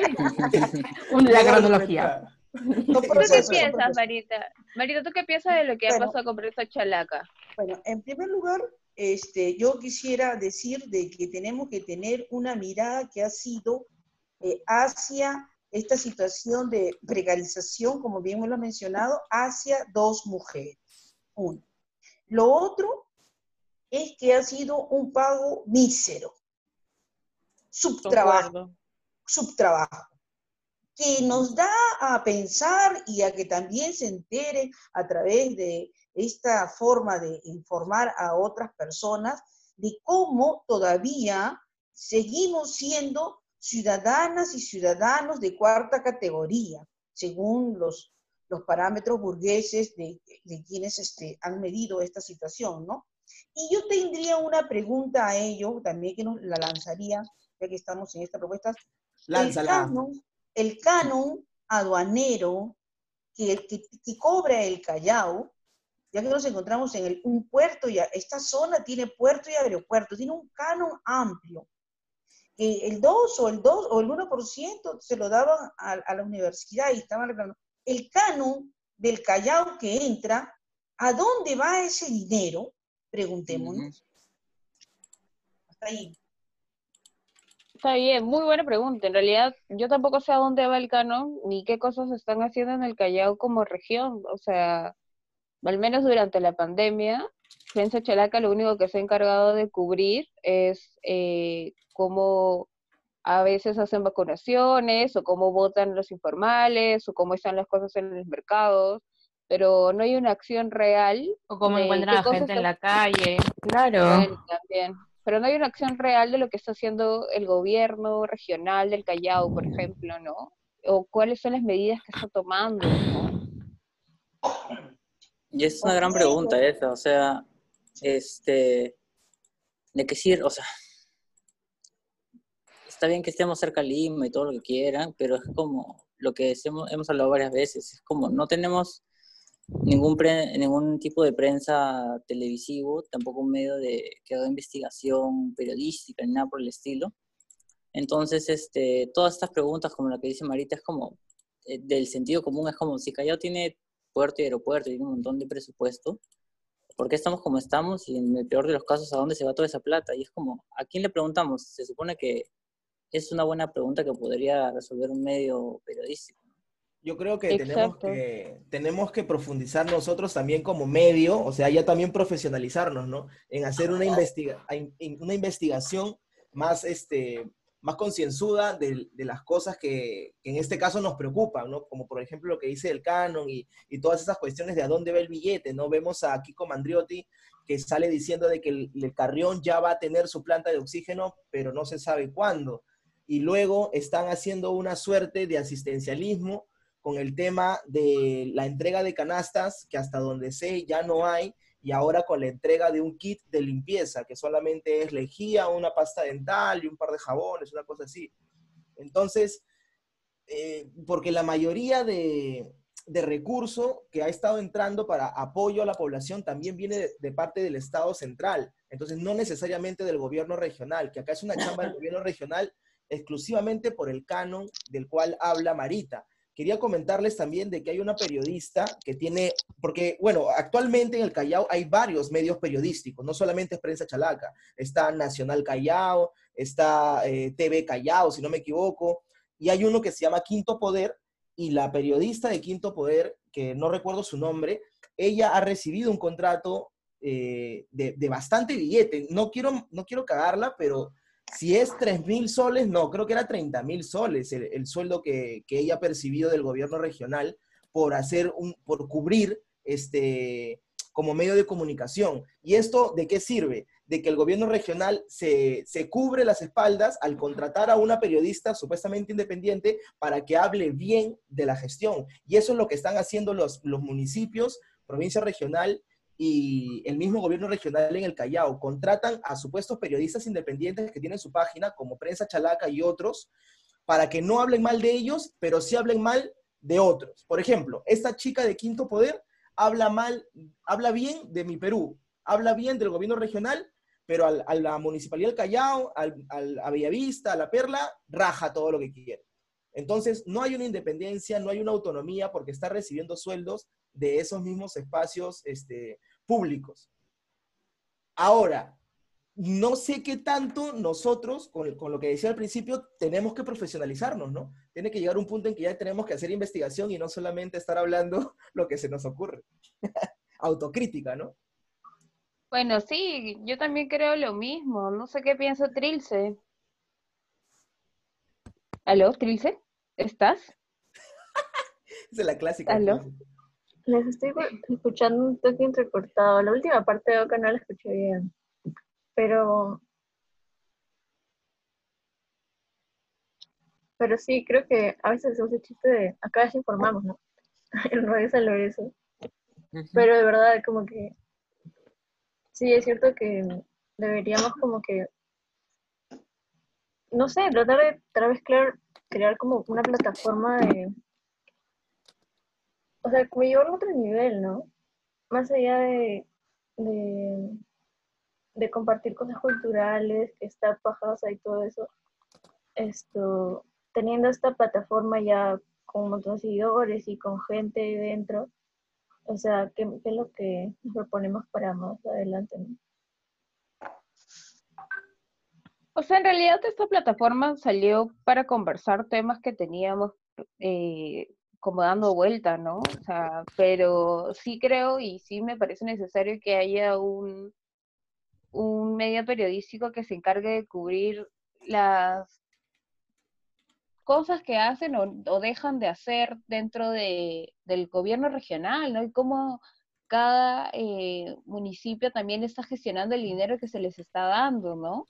Una la Luego cronología. feta. Son ¿Tú qué procesos, son piensas, procesos. Marita? Marita, ¿tú qué piensas de lo que ha Bueno. pasado con Prensa Chalaca? Bueno, en primer lugar, este, yo quisiera decir de que tenemos que tener una mirada que ha sido eh, hacia esta situación de precarización, como bien lo ha mencionado, hacia dos mujeres. Uno, Lo otro es que ha sido un pago mísero, subtrabajo, Concuerdo. subtrabajo, que nos da a pensar y a que también se entere a través de esta forma de informar a otras personas de cómo todavía seguimos siendo ciudadanas y ciudadanos de cuarta categoría, según los, los parámetros burgueses de, de quienes este, han medido esta situación, ¿no? Y yo tendría una pregunta a ellos, también que nos la lanzaría, ya que estamos en esta propuesta. El Lánzala. canon, el canon aduanero que, que, que cobra el Callao, ya que nos encontramos en el, un puerto, y esta zona tiene puerto y aeropuerto, tiene un canon amplio, que el dos o el dos o el uno por ciento se lo daban a, a la universidad y estaban reclamando. El canon del Callao que entra, ¿a dónde va ese dinero? Preguntémonos. Uh-huh. Hasta ahí. Está bien, muy buena pregunta. En realidad, yo tampoco sé a dónde va el canon, ni qué cosas se están haciendo en el Callao como región. O sea, al menos durante la pandemia, Prensa Chalaca lo único que se ha encargado de cubrir es eh, cómo a veces hacen vacunaciones, o cómo votan los informales, o cómo están las cosas en los mercados, pero no hay una acción real. O cómo de encuentran qué a gente cosas en la calle. Claro. Bueno, también. Pero no hay una acción real de lo que está haciendo el gobierno regional del Callao, por ejemplo, ¿no? O cuáles son las medidas que está tomando, ¿no? Y es una gran pregunta esa, o sea, este, ¿de qué sirve? O sea, está bien que estemos cerca de Lima y todo lo que quieran, pero es como lo que hemos, hemos hablado varias veces, es como no tenemos ningún, pre, ningún tipo de prensa televisivo, tampoco un medio de, que haga investigación periodística, ni nada por el estilo. Entonces, este, todas estas preguntas, como la que dice Marita, es como, eh, del sentido común, es como, si Callao tiene puerto y aeropuerto y tiene un montón de presupuesto, ¿por qué estamos como estamos? Y en el peor de los casos, ¿a dónde se va toda esa plata? Y es como, ¿a quién le preguntamos? Se supone que es una buena pregunta que podría resolver un medio periodístico. Yo creo que tenemos, Exacto. que tenemos que profundizar nosotros también como medio, o sea, ya también profesionalizarnos, ¿no? En hacer una, investiga una investigación más, este, más concienzuda de, de las cosas que, que en este caso nos preocupan, ¿no? Como por ejemplo lo que dice el canon y, y todas esas cuestiones de a dónde va el billete, ¿no? Vemos a Kiko Mandriotti que sale diciendo de que el, el Carrión ya va a tener su planta de oxígeno, pero no se sabe cuándo. Y luego están haciendo una suerte de asistencialismo con el tema de la entrega de canastas, que hasta donde sé ya no hay, y ahora con la entrega de un kit de limpieza, que solamente es lejía, una pasta dental y un par de jabones, una cosa así. Entonces, eh, porque la mayoría de, de recurso que ha estado entrando para apoyo a la población también viene de, de parte del Estado central, entonces no necesariamente del gobierno regional, que acá es una chamba del gobierno regional exclusivamente por el canon del cual habla Marita. Quería comentarles también de que hay una periodista que tiene, porque, bueno, actualmente en el Callao hay varios medios periodísticos, no solamente es Prensa Chalaca, está Nacional Callao, está eh, T V Callao, si no me equivoco, y hay uno que se llama Quinto Poder, y la periodista de Quinto Poder, que no recuerdo su nombre, ella ha recibido un contrato eh, de, de bastante billete. No quiero, no quiero cagarla, pero si es tres mil soles, no, creo que era treinta mil soles el, el sueldo que, que ella ha percibido del gobierno regional por hacer un, por cubrir este, como medio de comunicación. ¿Y esto de qué sirve? De que el gobierno regional se, se cubre las espaldas al contratar a una periodista supuestamente independiente para que hable bien de la gestión. Y eso es lo que están haciendo los, los municipios, provincia regional y el mismo gobierno regional en el Callao. Contratan a supuestos periodistas independientes que tienen su página, como Prensa Chalaca y otros, para que no hablen mal de ellos, pero sí hablen mal de otros. Por ejemplo, esta chica de Quinto Poder habla mal, habla bien de Mi Perú, habla bien del gobierno regional, pero al, a la Municipalidad del Callao, al, al, a Bellavista, a La Perla, raja todo lo que quiere. Entonces, no hay una independencia, no hay una autonomía porque está recibiendo sueldos de esos mismos espacios este, públicos. Ahora, no sé qué tanto nosotros, con, con lo que decía al principio, tenemos que profesionalizarnos, ¿no? Tiene que llegar un punto en que ya tenemos que hacer investigación y no solamente estar hablando lo que se nos ocurre. Autocrítica, ¿no? Bueno, sí, yo también creo lo mismo. No sé qué piensa Trilce. ¿Aló, Trilce? ¿Estás? Esa es la clásica, ¿Aló? Trilce. Les estoy gu- escuchando un toque entrecortado. La última parte de Oca no la escuché bien. Pero, pero sí, creo que a veces se usa el chiste de acá desinformamos, ¿no? En Radio San Lorenzo. Ujú. Pero de verdad, como que sí, es cierto que deberíamos como que, no sé, tratar de tal vez crear, crear como una plataforma de, o sea, como llevarlo a otro nivel, ¿no? Más allá de, de, de compartir cosas culturales, que está pajosa y todo eso, esto, teniendo esta plataforma ya con un montón de seguidores y con gente dentro, o sea, ¿qué, qué es lo que nos proponemos para más adelante, ¿no? O sea, en realidad esta plataforma salió para conversar temas que teníamos eh, como dando vuelta, ¿no? O sea, pero sí creo y sí me parece necesario que haya un, un medio periodístico que se encargue de cubrir las cosas que hacen o, o dejan de hacer dentro de, del gobierno regional, ¿no? Y cómo cada eh, municipio también está gestionando el dinero que se les está dando, ¿no?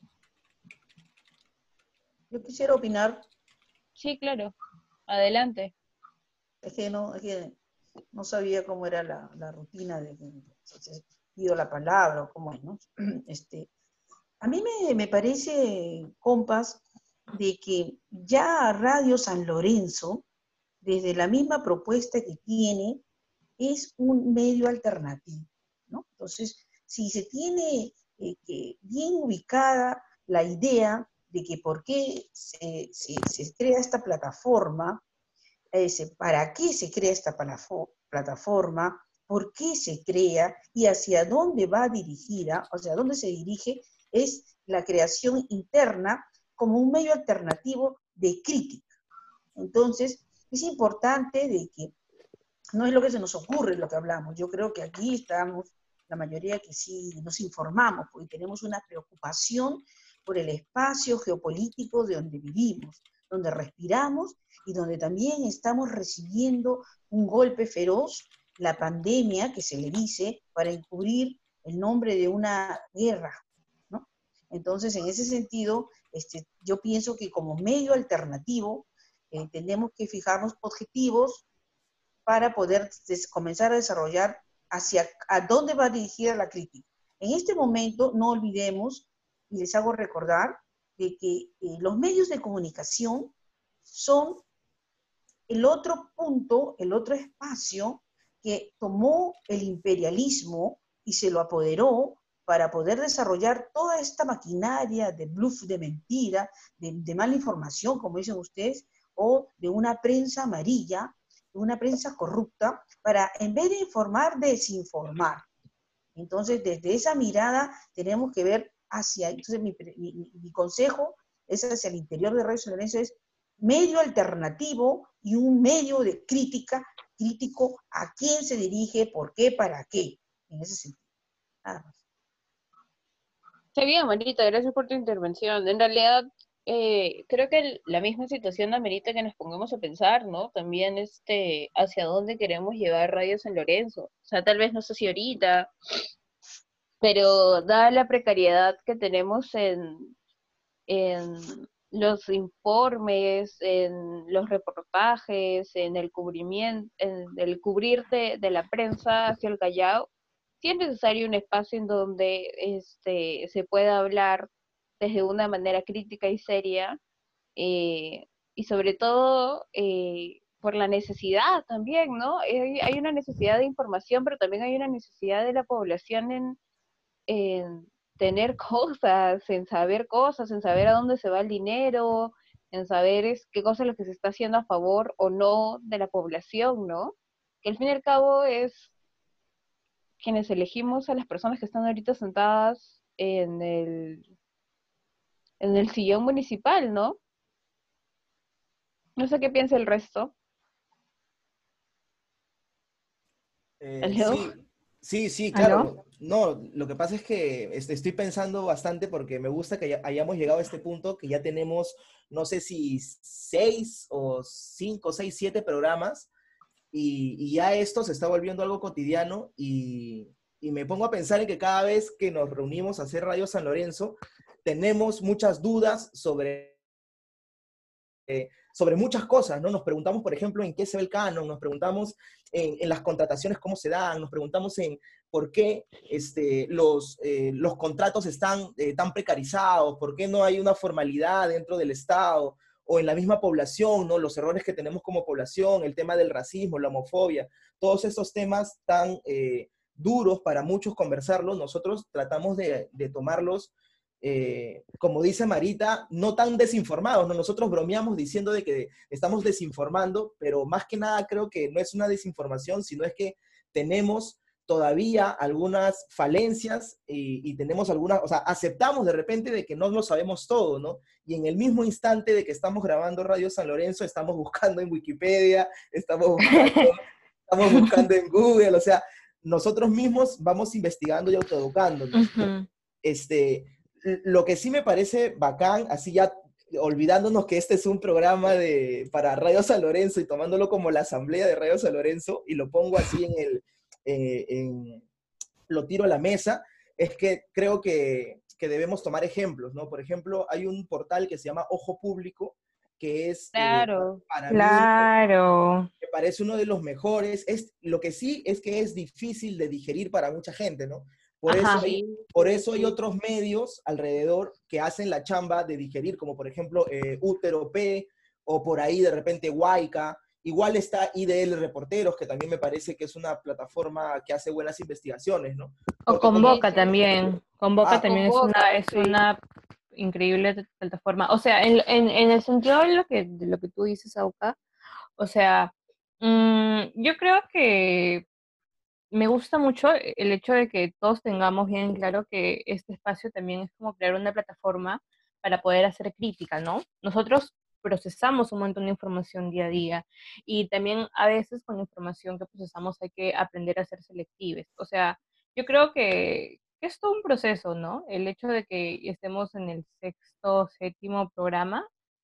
Yo quisiera opinar, Sí, claro. Adelante. es que no, es que no sabía cómo era la, la rutina de que se pido la palabra o cómo es, ¿no? Este, a mí me, me parece, compas, de que ya Radio San Lorenzo, desde la misma propuesta que tiene, es un medio alternativo, ¿no? Entonces, si se tiene eh, que bien ubicada la idea de que por qué se, se, se crea esta plataforma, ese, para qué se crea esta plataforma, por qué se crea y hacia dónde va dirigida, o sea, dónde se dirige, es la creación interna como un medio alternativo de crítica. Entonces, es importante de que no es lo que se nos ocurre lo que hablamos. Yo creo que aquí estamos, la mayoría que sí nos informamos, porque tenemos una preocupación por el espacio geopolítico de donde vivimos, donde respiramos y donde también estamos recibiendo un golpe feroz, la pandemia que se le dice, para encubrir el nombre de una guerra, ¿no? Entonces, en ese sentido, este, yo pienso que como medio alternativo eh, tenemos que fijarnos objetivos para poder comenzar a desarrollar hacia a dónde va dirigida la crítica. En este momento, no olvidemos, y les hago recordar, de que eh, los medios de comunicación son el otro punto, el otro espacio que tomó el imperialismo y se lo apoderó para poder desarrollar toda esta maquinaria de bluff, de mentira, de, de mala información, como dicen ustedes, o de una prensa amarilla, de una prensa corrupta, para en vez de informar, desinformar. Entonces, desde esa mirada tenemos que ver hacia, entonces mi, mi, mi consejo es hacia el interior de Radio San Lorenzo, es medio alternativo y un medio de crítica, crítico a quién se dirige, por qué, para qué, en ese sentido. Nada más. Está bien, Marita, gracias por tu intervención. En realidad, eh, creo que el- la misma situación amerita que nos pongamos a pensar, ¿no? También este, hacia dónde queremos llevar Radio San Lorenzo. O sea, tal vez no sé si ahorita, pero dada la precariedad que tenemos en, en los informes, en los reportajes, en el cubrimiento, en el cubrir de, de la prensa hacia el Callao, sí es necesario un espacio en donde este, se pueda hablar desde una manera crítica y seria, eh, y sobre todo eh, por la necesidad también, ¿no? Hay, hay una necesidad de información, pero también hay una necesidad de la población en, en tener cosas, en saber cosas, en saber a dónde se va el dinero, en saber es, qué cosa es lo que se está haciendo a favor o no de la población, ¿no? Que al fin y al cabo es quienes elegimos a las personas que están ahorita sentadas en el, en el sillón municipal, ¿no? No sé qué piensa el resto. Eh, ¿Aló? sí, sí, sí, ¿Aló? claro. No, lo que pasa es que este, estoy pensando bastante porque me gusta que ya- hayamos llegado a este punto que ya tenemos, no sé si seis o cinco, seis, siete programas y, y ya esto se está volviendo algo cotidiano y, y me pongo a pensar en que cada vez que nos reunimos a hacer Radio San Lorenzo, tenemos muchas dudas sobre eh, sobre muchas cosas, ¿no? Nos preguntamos, por ejemplo, en qué se ve el canon, nos preguntamos en, en las contrataciones cómo se dan, nos preguntamos en por qué este, los, eh, los contratos están eh, tan precarizados, por qué no hay una formalidad dentro del Estado o en la misma población, ¿no? Los errores que tenemos como población, el tema del racismo, la homofobia, todos esos temas tan eh, duros para muchos conversarlos, nosotros tratamos de, de tomarlos eh, como dice Marita, no tan desinformados, ¿no? Nosotros bromeamos diciendo de que estamos desinformando, pero más que nada creo que no es una desinformación, sino es que tenemos todavía algunas falencias y, y tenemos algunas, o sea, aceptamos de repente de que no lo sabemos todo, ¿no? Y en el mismo instante de que estamos grabando Radio San Lorenzo, estamos buscando en Wikipedia, estamos buscando, estamos buscando en Google, o sea, nosotros mismos vamos investigando y autoeducándonos. Ujú. Este, lo que sí me parece bacán, así ya olvidándonos que este es un programa de, para Radio San Lorenzo y tomándolo como la asamblea de Radio San Lorenzo, y lo pongo así en el, eh, en, lo tiro a la mesa, es que creo que, que debemos tomar ejemplos, ¿no? Por ejemplo, hay un portal que se llama Ojo Público, que es eh, Claro. para mí Claro. me parece uno de los mejores. Es, lo que sí es que es difícil de digerir para mucha gente, ¿no? Por eso, Ajá. hay, por eso hay otros medios alrededor que hacen la chamba de digerir, como por ejemplo eh, Útero P, o por ahí de repente Huayca. Igual está I D L Reporteros, que también me parece que es una plataforma que hace buenas investigaciones, ¿no? O Porque como- Convoca Sí, sí. también. Convoca Ah, también es Convoca, una, es sí. una increíble t- plataforma. O sea, en, en, en el sentido de lo que, de lo que tú dices, Auca, o sea, mm, yo creo que me gusta mucho el hecho de que todos tengamos bien claro que este espacio también es como crear una plataforma para poder hacer crítica, ¿no? Nosotros procesamos un montón de información día a día y también a veces con la información que procesamos hay que aprender a ser selectivos. O sea, yo creo que que es todo un proceso, ¿no? El hecho de que estemos en el sexto, séptimo programa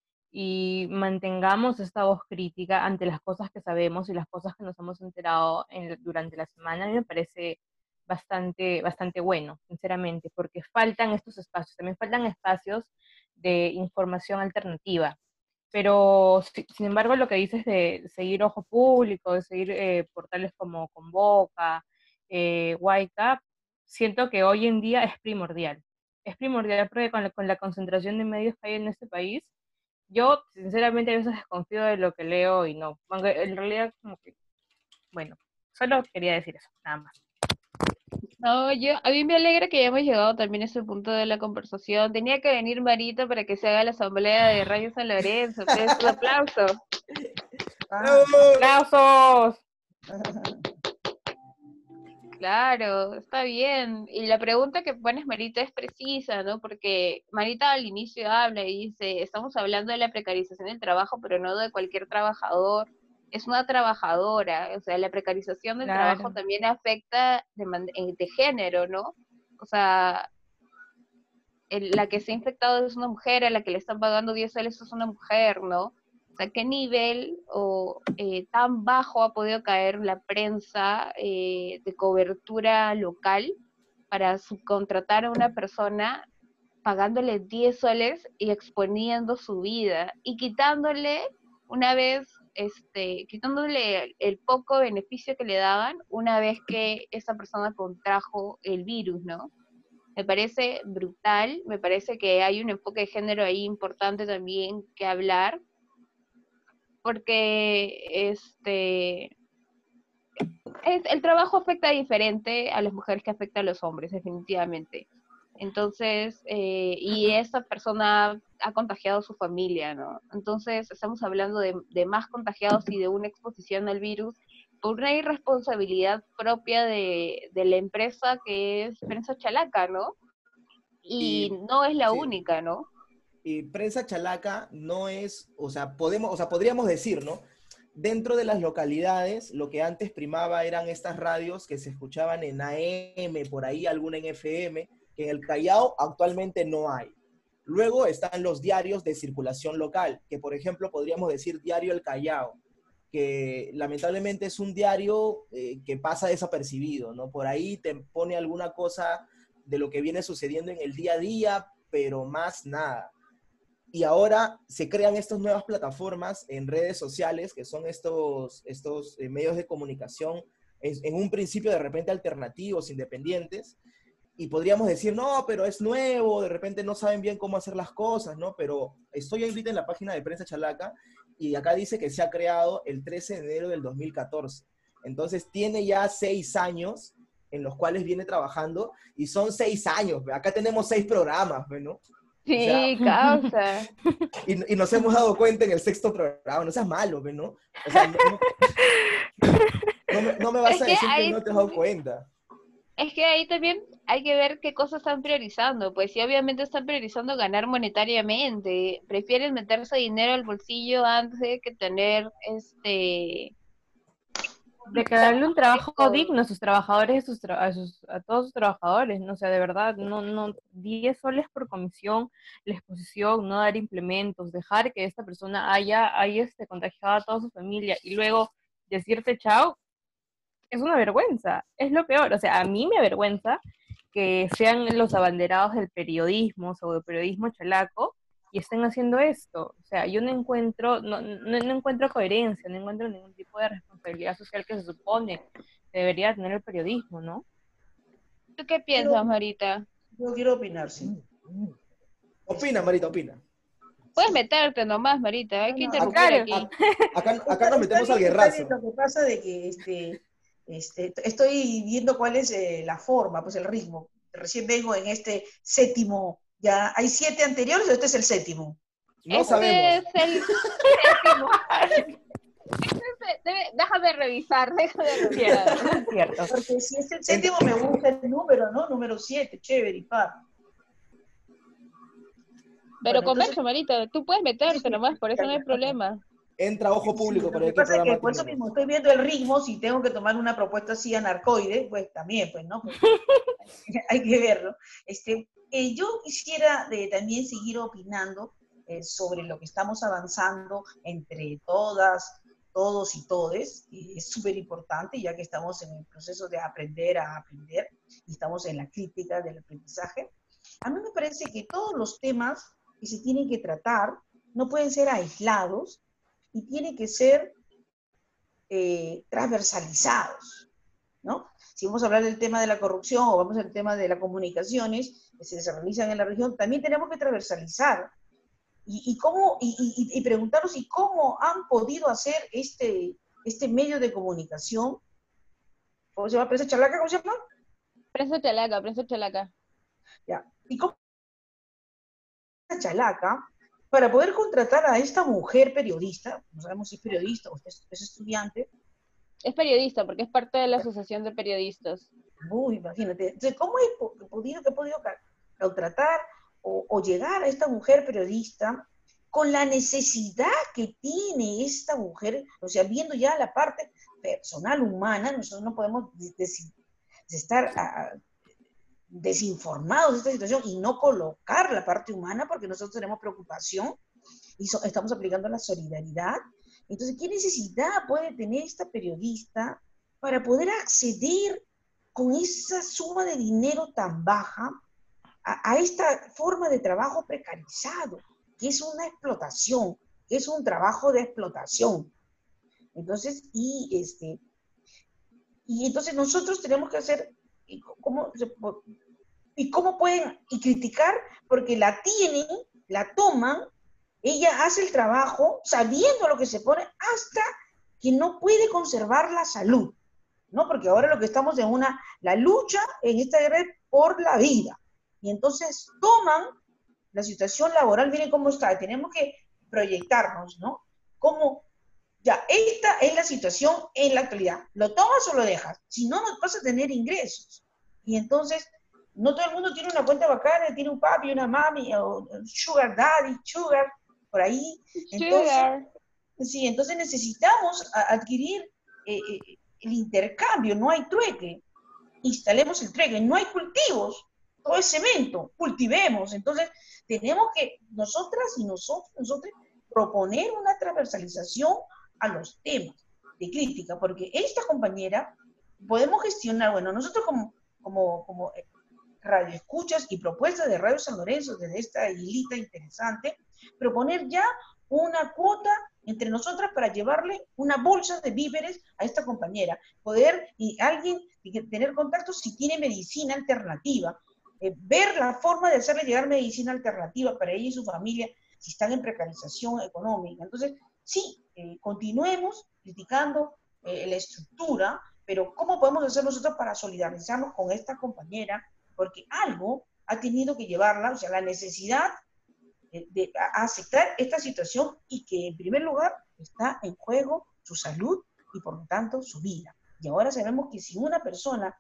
y mantengamos esta voz crítica ante las cosas que sabemos y las cosas que nos hemos enterado en- durante la semana, a mí me parece bastante, bastante bueno, sinceramente, porque faltan estos espacios, también faltan espacios de información alternativa. Pero, si- sin embargo, lo que dices de seguir Ojo Público, de seguir eh, portales como Convoca, eh, Waica, siento que hoy en día es primordial. Es primordial porque con la, con la concentración de medios que hay en este país, yo, sinceramente, a veces desconfío de lo que leo y no. Aunque en realidad, como que, bueno, solo quería decir eso, nada más. No, yo, a mí me alegra que hayamos llegado también a ese punto de la conversación. Tenía que venir Marita para que se haga la asamblea de Radio San Lorenzo. Pues, un aplauso. Ah, ¡Aplausos! Claro, está bien. Y la pregunta que pones, Marita, es precisa, ¿no? Porque Marita al inicio habla y dice, estamos hablando de la precarización del trabajo, pero no de cualquier trabajador. Es una trabajadora, o sea, la precarización del Claro. trabajo también afecta de, man- eh, de género, ¿no? O sea, el- la que se ha infectado es una mujer, a la que le están pagando diez soles es una mujer, ¿no? O sea, ¿qué nivel o eh, tan bajo ha podido caer la prensa eh, de cobertura local para subcontratar a una persona pagándole diez soles y exponiendo su vida y quitándole una vez, este, quitándole el poco beneficio que le daban una vez que esa persona contrajo el virus, ¿no? Me parece brutal, me parece que hay un enfoque de género ahí importante también que hablar, porque este es, el trabajo afecta diferente a las mujeres que afecta a los hombres, definitivamente. Entonces, eh, y esa persona ha contagiado a su familia, ¿no? Entonces, estamos hablando de, de más contagiados y de una exposición al virus por una irresponsabilidad propia de, de la empresa que es Prensa Chalaca, ¿no? Y y, no es la sí. única, ¿no? Y prensa chalaca no es, o sea, podemos, o sea, podríamos decir, ¿no? dentro de las localidades, lo que antes primaba eran estas radios que se escuchaban en A M, por ahí alguna en F M, que en el Callao actualmente no hay. Luego están los diarios de circulación local, que por ejemplo podríamos decir Diario El Callao, que lamentablemente es un diario eh, que pasa desapercibido, ¿no? Por ahí te pone alguna cosa de lo que viene sucediendo en el día a día, pero más nada. Y ahora se crean estas nuevas plataformas en redes sociales, que son estos, estos eh, medios de comunicación, en, en un principio de repente alternativos, independientes, y podríamos decir, no, pero es nuevo, de repente no saben bien cómo hacer las cosas, ¿no? Pero estoy ahorita en la página de Prensa Chalaca, y acá dice que se ha creado el trece de enero del dos mil catorce. Entonces tiene ya seis años en los cuales viene trabajando, y son seis años, acá tenemos seis programas, ¿no? Sí, O sea, causa. Y, y nos hemos dado cuenta en el sexto programa, no seas malo, ¿no? O sea, no, no, no me, no me vas Es a que decir que ahí no te has dado cuenta. Es que ahí también hay que ver qué cosas están priorizando. Pues sí, obviamente están priorizando ganar monetariamente. Prefieren meterse dinero al bolsillo antes de que tener este De que darle un trabajo esto. digno a sus trabajadores, a, sus tra- a, sus- a todos sus trabajadores, ¿no? O sea, de verdad, no, no, diez soles por comisión, la exposición, no dar implementos, dejar que esta persona haya, haya este, contagiado a toda su familia y luego decirte chao, es una vergüenza, es lo peor. O sea, a mí me avergüenza que sean los abanderados del periodismo o del periodismo chalaco y estén haciendo esto. O sea, yo no encuentro, no, no, no encuentro coherencia, no encuentro ningún tipo de responsabilidad social que se supone que debería tener el periodismo, ¿no? ¿Tú qué Quiero- piensas, Marita? Yo quiero opinar, sí. Opina, Marita, opina. Puedes meterte nomás, Marita. Hay que No, no, interrumpir claro. aquí. Acá, acá Está- nos está metemos al bien, está bien. guerrazo. Lo que pasa de que este, este, estoy viendo cuál es eh, la forma, pues el ritmo. Recién vengo en este séptimo, ya hay siete anteriores, este es el séptimo. No Este sabemos. es el séptimo. Este- debe- déjame revisar, déjame revisar. Cierto, es cierto. Porque si es el séptimo, me gusta el número, ¿no? Número siete, chévere y par. Pero Bueno, entonces- conversa, Marita. Tú puedes meterte nomás, por eso no hay problema. Entra ojo público Sí, para lo ver que qué pasa es que programa por eso tenemos. mismo estoy viendo el ritmo, si tengo que tomar una propuesta así anarcoide, pues también, pues, ¿no? Pues, hay que verlo. Este, eh, yo quisiera de, también seguir opinando eh, sobre lo que estamos avanzando entre todas, todos y todes, y es súper importante, ya que estamos en el proceso de aprender a aprender, y estamos en la crítica del aprendizaje. A mí me parece que todos los temas que se tienen que tratar no pueden ser aislados, y tiene que ser eh, transversalizados, ¿no? Si vamos a hablar del tema de la corrupción o vamos al tema de las comunicaciones que se realizan en la región, también tenemos que transversalizar y, y, cómo, y, y, y preguntarnos y cómo han podido hacer este, este medio de comunicación. ¿Cómo se llama? ¿Prensa Chalaca? ¿Cómo se llama? Prensa Chalaca, prensa Chalaca. Ya. ¿Y cómo Chalaca para poder contratar a esta mujer periodista? No sabemos si es periodista o es, es estudiante. Es periodista, porque es parte de la Asociación de Periodistas. Uy, imagínate. Entonces, ¿cómo he podido, que he podido contratar o, o llegar a esta mujer periodista con la necesidad que tiene esta mujer? O sea, viendo ya la parte personal, humana, nosotros no podemos des, des, estar a, desinformados de esta situación y no colocar la parte humana, porque nosotros tenemos preocupación y so, estamos aplicando la solidaridad. Entonces, ¿qué necesidad puede tener esta periodista para poder acceder con esa suma de dinero tan baja a, a esta forma de trabajo precarizado, que es una explotación, que es un trabajo de explotación? Entonces, y, este, y entonces nosotros tenemos que hacer, ¿cómo, y cómo pueden y criticar? Porque la tienen, la toman, ella hace el trabajo sabiendo lo que se pone hasta que no puede conservar la salud, ¿no? Porque ahora lo que estamos en una, la lucha en esta guerra por la vida. Y entonces toman la situación laboral, miren cómo está, tenemos que proyectarnos, ¿no? Como, ya, esta es la situación en la actualidad, ¿lo tomas o lo dejas? Si no, no vas a tener ingresos. Y entonces, no todo el mundo tiene una cuenta bacana, tiene un papi, una mami, o sugar daddy, sugar, por ahí. Entonces, Sugar. Sí, entonces necesitamos a- adquirir eh, eh, el intercambio, no hay trueque. Instalemos el trueque, no hay cultivos, todo es cemento, cultivemos. Entonces tenemos que nosotras y nosotros, nosotros proponer una transversalización a los temas de crítica, porque esta compañera podemos gestionar, bueno, nosotros como, como, como eh, radioescuchas y propuestas de Radio San Lorenzo, desde esta islita interesante, proponer ya una cuota entre nosotras para llevarle una bolsa de víveres a esta compañera, poder y alguien y tener contacto si tiene medicina alternativa, eh, ver la forma de hacerle llegar medicina alternativa para ella y su familia si están en precarización económica. Entonces, sí, eh, continuemos criticando eh, la estructura, pero ¿cómo podemos hacer nosotros para solidarizarnos con esta compañera? Porque algo ha tenido que llevarla, o sea, la necesidad de, de aceptar esta situación y que en primer lugar está en juego su salud y por lo tanto su vida. Y ahora sabemos que si una persona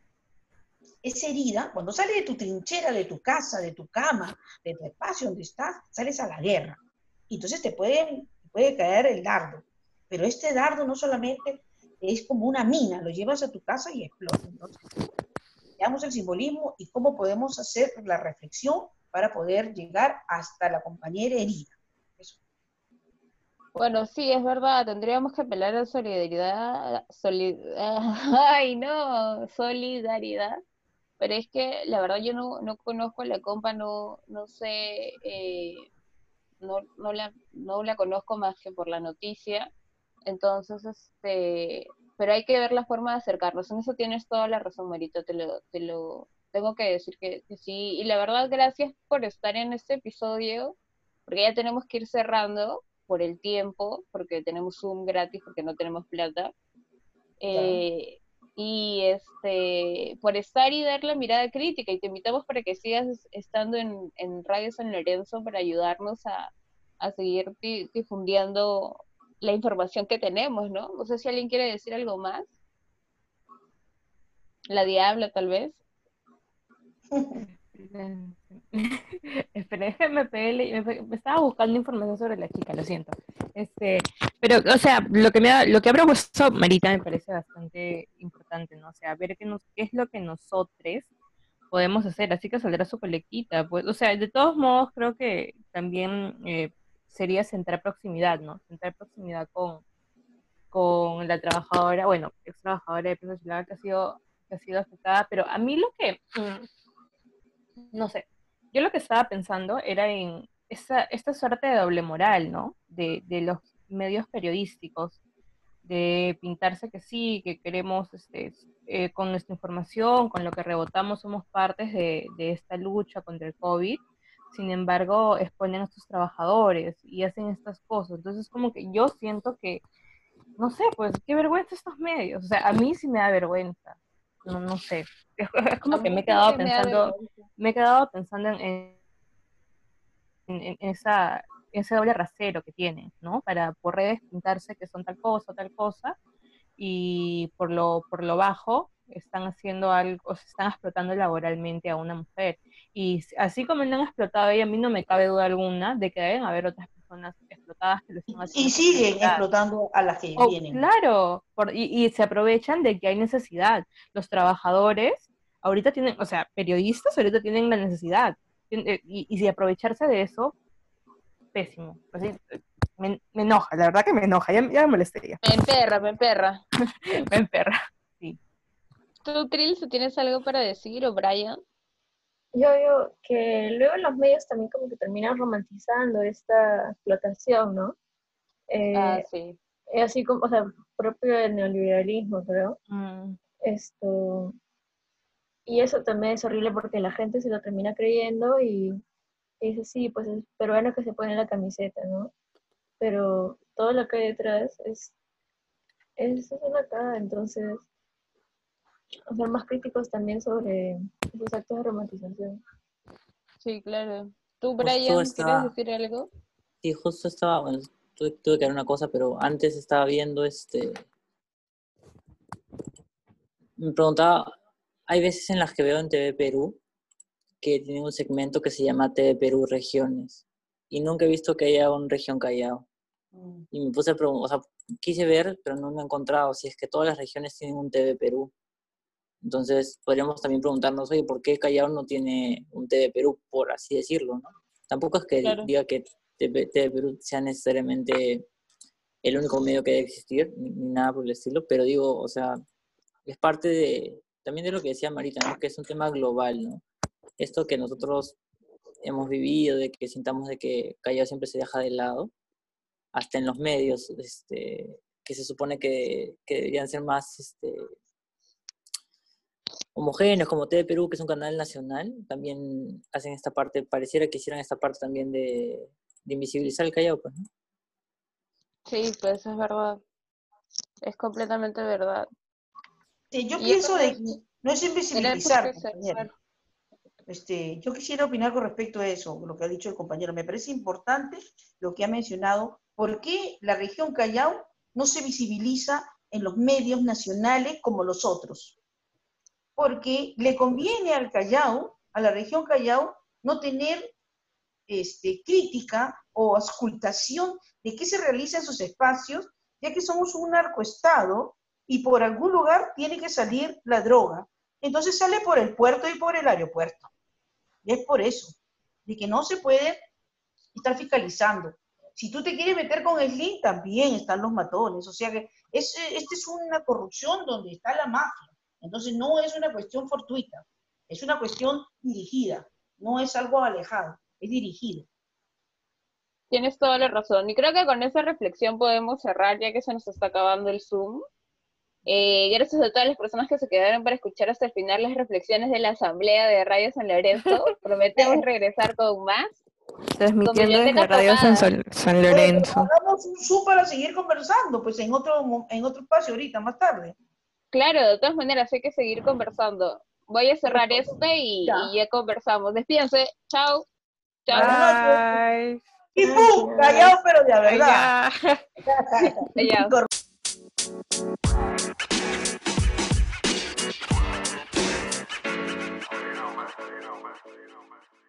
es herida, cuando sales de tu trinchera, de tu casa, de tu cama, de tu espacio donde estás, sales a la guerra. Y entonces te puede, te puede caer el dardo. Pero este dardo no solamente es como una mina, lo llevas a tu casa y explota. Entonces, veamos el simbolismo y cómo podemos hacer la reflexión para poder llegar hasta la compañera herida. Eso. Bueno, sí, es verdad, tendríamos que apelar a solidaridad, soli- ay no, solidaridad, pero es que la verdad yo no, no conozco a la compa, no, no sé, eh, no, no la, no la conozco más que por la noticia, entonces, este, pero hay que ver la forma de acercarnos, en eso tienes toda la razón, Marito, te lo, te lo, tengo que decir que, que sí, y la verdad, gracias por estar en este episodio, porque ya tenemos que ir cerrando por el tiempo, porque tenemos Zoom gratis, porque no tenemos plata, Ya. eh, y este, por estar y dar la mirada crítica, y te invitamos para que sigas estando en, en Radio San Lorenzo para ayudarnos a, a seguir di- difundiendo la información que tenemos, ¿no? No sé si alguien quiere decir algo más. La Diabla, tal vez. Espera, déjame pedirle, me, me estaba buscando información sobre la chica, lo siento. Este, pero, o sea, lo que me ha, lo que ha propuesto Marita me parece bastante importante, ¿no? O sea, ver qué, nos, qué es lo que nosotros podemos hacer, así que saldrá su colectita, pues, o sea, de todos modos creo que también eh, sería centrar proximidad, ¿no? Centrar proximidad con, con la trabajadora, bueno, ex trabajadora de Plaza Chilaba que ha sido, que ha sido afectada, pero a mí lo que, mm, no sé, yo lo que estaba pensando era en esa, esta suerte de doble moral, ¿no? De, de los medios periodísticos, de pintarse que sí, que queremos, este, eh, con nuestra información, con lo que rebotamos, somos partes de, de esta lucha contra el COVID. Sin embargo, exponen a estos trabajadores y hacen estas cosas. Entonces, como que yo siento que, no sé, pues, qué vergüenza estos medios. O sea, a mí sí me da vergüenza. No, no sé. Es, es A como que me mí he quedado también me da pensando, vergüenza. me he quedado pensando en, en, en esa, ese doble rasero que tienen, ¿no? Para por redes pintarse que son tal cosa, tal cosa, y por lo, por lo bajo están haciendo algo, se están explotando laboralmente a una mujer. Y así como no han explotado a ella, a mí no me cabe duda alguna de que deben haber otras personas explotadas que lo están Y haciendo por siguen necesidad. explotando a las que Oh, vienen. claro, por, y, y se aprovechan de que hay necesidad. Los trabajadores ahorita tienen, o sea, periodistas ahorita tienen la necesidad. Y, y si aprovecharse de eso, pésimo. Así, me, me enoja, la verdad que me enoja, ya, ya me molestaría. Me emperra, me emperra. Me emperra, sí. ¿Tú, Trills, tienes algo para decir, o Brian? Yo veo que luego los medios también como que terminan romantizando esta explotación, ¿no? Ah, Eh, sí. es así como, o sea, propio del neoliberalismo, creo. Mm, Esto, y eso también es horrible porque la gente se lo termina creyendo y, y dice, sí, pues es peruano que se pone la camiseta, ¿no? Pero todo lo que hay detrás es, es, es una cara, entonces, ser más críticos también sobre esos actos de romantización. Sí, claro. ¿Tú, Justo Brian, quieres estaba, decir algo? sí, justo estaba, bueno, tuve, tuve que ver una cosa, pero antes estaba viendo este, me preguntaba, hay veces en las que veo en T V Perú que tiene un segmento que se llama T V Perú Regiones, y nunca he visto que haya una región Callao. Mm. Y me puse a preguntar, o sea, quise ver, pero no me he encontrado si es que todas las regiones tienen un T V Perú. Entonces, podríamos también preguntarnos, oye, ¿por qué Callao no tiene un T V Perú, por así decirlo, ¿no? Tampoco es que Claro. diga que T V, T V Perú sea necesariamente el único medio que debe existir, ni, ni nada por el estilo, pero digo, o sea, es parte de, también de lo que decía Marita, ¿no? Que es un tema global, ¿no? Esto que nosotros hemos vivido, de que sintamos de que Callao siempre se deja de lado, hasta en los medios, este, que se supone que, que deberían ser más este, homogéneos, como T V Perú, que es un canal nacional, también hacen esta parte, pareciera que hicieran esta parte también de, de invisibilizar el Callao, pues, ¿no? Sí, pues es verdad. Es completamente verdad. Sí, yo Y yo pienso de creo que que no es era invisibilizar, porque se... compañero. claro. Este, yo quisiera opinar con respecto a eso, lo que ha dicho el compañero. Me parece importante lo que ha mencionado. ¿Por qué la región Callao no se visibiliza en los medios nacionales como los otros? Porque le conviene al Callao, a la región Callao, no tener este, crítica o auscultación de qué se realiza en sus espacios, ya que somos un narcoestado y por algún lugar tiene que salir la droga. Entonces sale por el puerto y por el aeropuerto. Y es por eso, de que no se puede estar fiscalizando. Si tú te quieres meter con Slim, también están los matones. O sea que es, esta es una corrupción donde está la mafia. Entonces no es una cuestión fortuita, es una cuestión dirigida, no es algo alejado, es dirigido. Tienes toda la razón. Y creo que con esa reflexión podemos cerrar, ya que se nos está acabando el Zoom. Eh, gracias a todas las personas que se quedaron para escuchar hasta el final las reflexiones de la Asamblea de Radio San Lorenzo. Prometemos regresar con más. Transmitiendo desde biblioteca Radio San, tomada. Sol- San Oye, pero Lorenzo. hagamos un Zoom para seguir conversando, pues en otro, mo- en otro espacio ahorita, más tarde. Claro, de todas maneras hay que seguir conversando. Voy a cerrar este y, Ya. y ya conversamos. Despídense. Chao. Chao. Buenas noches. Bye. Y pum, callado, pero de Ay, verdad. ya. Chao. Correcto.